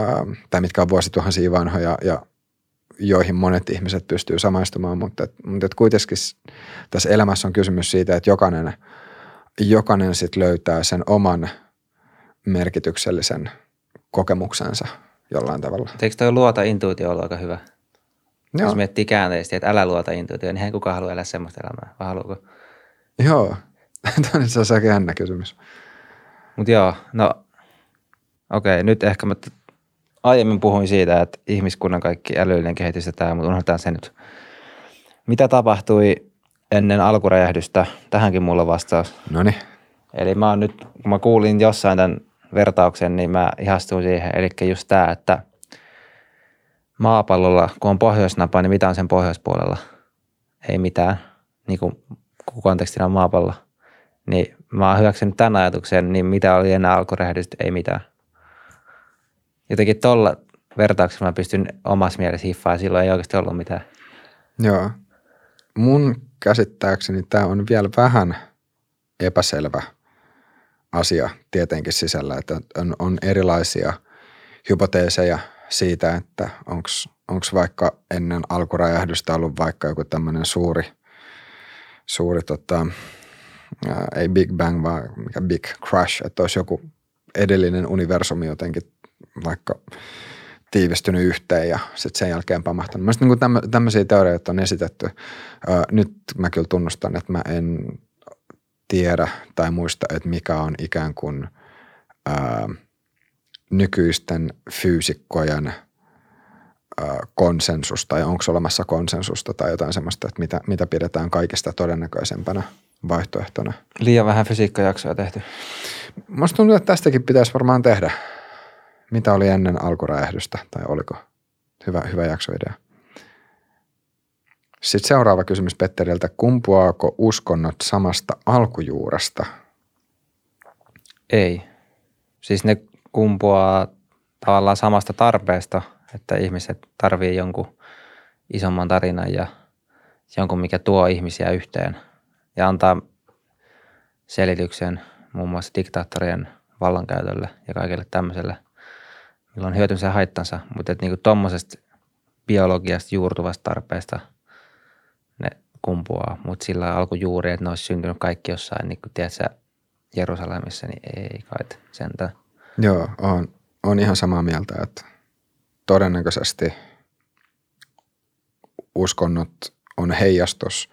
vanhoja ja joihin monet ihmiset pystyy samaistumaan, mutta kuitenkin tässä elämässä on kysymys siitä, että jokainen sit löytää sen oman merkityksellisen kokemuksensa jollain tavalla. Eikö toi luota intuitio olla aika hyvä? Joo. Jos miettii käänteisesti, että älä luota intuitioon, niin eihän kukaan halua elää semmoista elämää, vai haluuko? Joo, tämä on itse asiassa aika jännä kysymys. Mutta joo, no okei, nyt ehkä mä aiemmin puhuin siitä, että ihmiskunnan kaikki älyllinen kehitys ja tämä, mutta unohdetaan se nyt. Mitä tapahtui ennen alkuräjähdystä? Tähänkin mulla on vastaus. Noniin. Eli mä oon nyt, kun mä kuulin jossain tämän vertauksen, niin mä ihastuin siihen. Eli just tämä, että maapallolla, kun on pohjoisnapa, niin mitä on sen pohjoispuolella? Ei mitään, niin kuin kontekstina on maapallo. Niin mä oon hyväksynyt tämän ajatuksen, niin mitä oli ennen alkuräjähdystä? Ei mitään. Jotenkin tuolla vertauksella mä pystyn omassa mielessä hiffaamaan, silloin ei oikeasti ollut mitään. Joo. Mun käsittääkseni tämä on vielä vähän epäselvä asia tietenkin sisällä, että on erilaisia hypoteeseja siitä, että onko vaikka ennen alkuräjähdystä ollut vaikka joku tämmöinen suuri ei Big Bang, vaan mikä Big Crash, että olisi joku edellinen universumi jotenkin vaikka tiivistynyt yhteen ja sitten sen jälkeen pamahtanut. Mielestäni niin tämmöisiä teorioita on esitetty. Nyt mä kyllä tunnustan, että mä en tiedä tai muista, että mikä on ikään kuin nykyisten fyysikkojen konsensus tai onko olemassa konsensusta tai jotain semmoista, että mitä pidetään kaikista todennäköisempänä vaihtoehtona. Liian vähän fysiikkajaksoja tehty. Musta tuntuu, että tästäkin pitäisi varmaan tehdä. Mitä oli ennen alkuräjähdystä tai oliko? Hyvä jaksoidea. Sitten seuraava kysymys Petteriltä. Kumpuaako uskonnot samasta alkujuuresta? Ei. Siis ne kumpuaa tavallaan samasta tarpeesta, että ihmiset tarvii jonkun isomman tarinan ja jonkun, mikä tuo ihmisiä yhteen ja antaa selityksen muun muassa diktaattorien vallankäytölle ja kaikille tämmöiselle, millä on hyötynsä ja haittansa, mutta niinku tuommoisesta biologiasta juurtuvasta tarpeesta ne kumpuaa, mutta sillä alkujuuri, että ne olisi syntynyt kaikki jossain, niin kuin tiedät sä, Jerusalemissa, niin ei kai sentään. Joo, on ihan samaa mieltä, että todennäköisesti uskonnot on heijastus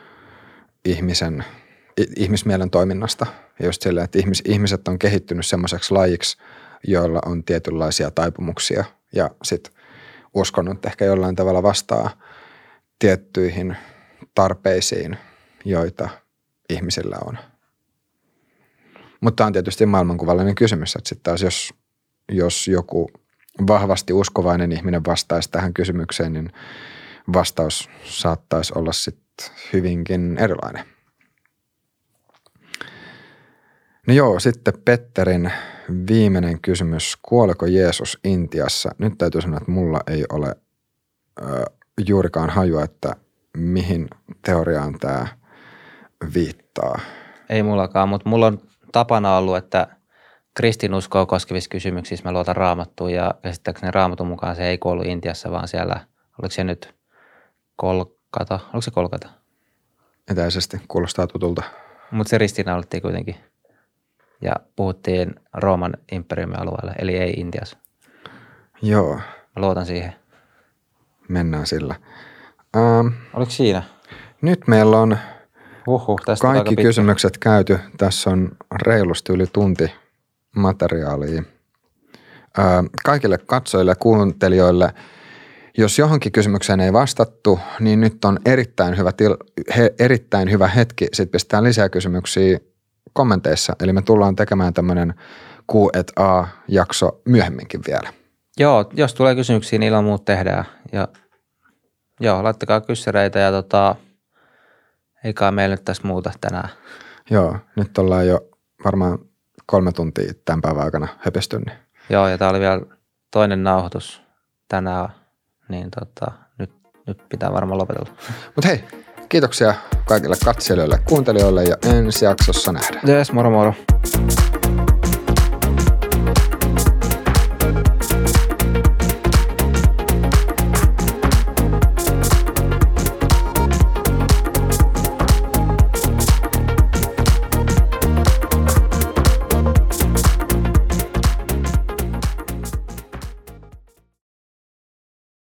ihmismielen toiminnasta. Ja just silleen, että ihmiset on kehittynyt semmoiseksi lajiksi, joilla on tietynlaisia taipumuksia ja sitten uskonnot ehkä jollain tavalla vastaa tiettyihin tarpeisiin, joita ihmisillä on. Mutta on tietysti maailmankuvallinen kysymys, että sitten taas jos joku vahvasti uskovainen ihminen vastaisi tähän kysymykseen, niin vastaus saattaisi olla sitten hyvinkin erilainen. No joo, sitten Petterin viimeinen kysymys. Kuoliko Jeesus Intiassa? Nyt täytyy sanoa, että mulla ei ole juurikaan hajua, että mihin teoriaan tämä viittaa. Ei mullakaan, mutta mulla on tapana ollut, että kristinuskoa koskevissa kysymyksissä mä luotan Raamattuun ja käsittääkseni Raamatun mukaan se ei kuollut Intiassa, vaan siellä, oliko se nyt Kolkata? Oliko se Kolkata? Etäisesti, kuulostaa tutulta. Mutta se ristiinnaulittiin kuitenkin ja puhuttiin Rooman imperiumin alueelle, eli ei Intiassa. Joo. Mä luotan siihen. Mennään sillä. Oliko siinä? Nyt meillä on tästä kaikki kysymykset käyty. Tässä on reilusti yli tunti materiaalia. Kaikille katsojille ja kuuntelijoille, jos johonkin kysymykseen ei vastattu, niin nyt on erittäin hyvä hetki sit pistää lisää kysymyksiä kommenteissa. Eli me tullaan tekemään tämmöinen Q&A-jakso myöhemminkin vielä. Joo, jos tulee kysymyksiä, niin ilman muut tehdään. Ja joo, laittakaa kyssäreitä ja ei kai meillä nyt tässä muuta tänään. Joo, nyt ollaan jo varmaan 3 tuntia tämän päivän aikana höpöstynyt. Joo, ja tää oli vielä toinen nauhoitus tänään, niin nyt pitää varmaan lopetella. Mutta hei, kiitoksia kaikille katselijoille ja kuuntelijoille ja ensi jaksossa nähdään. Yes, moro moro.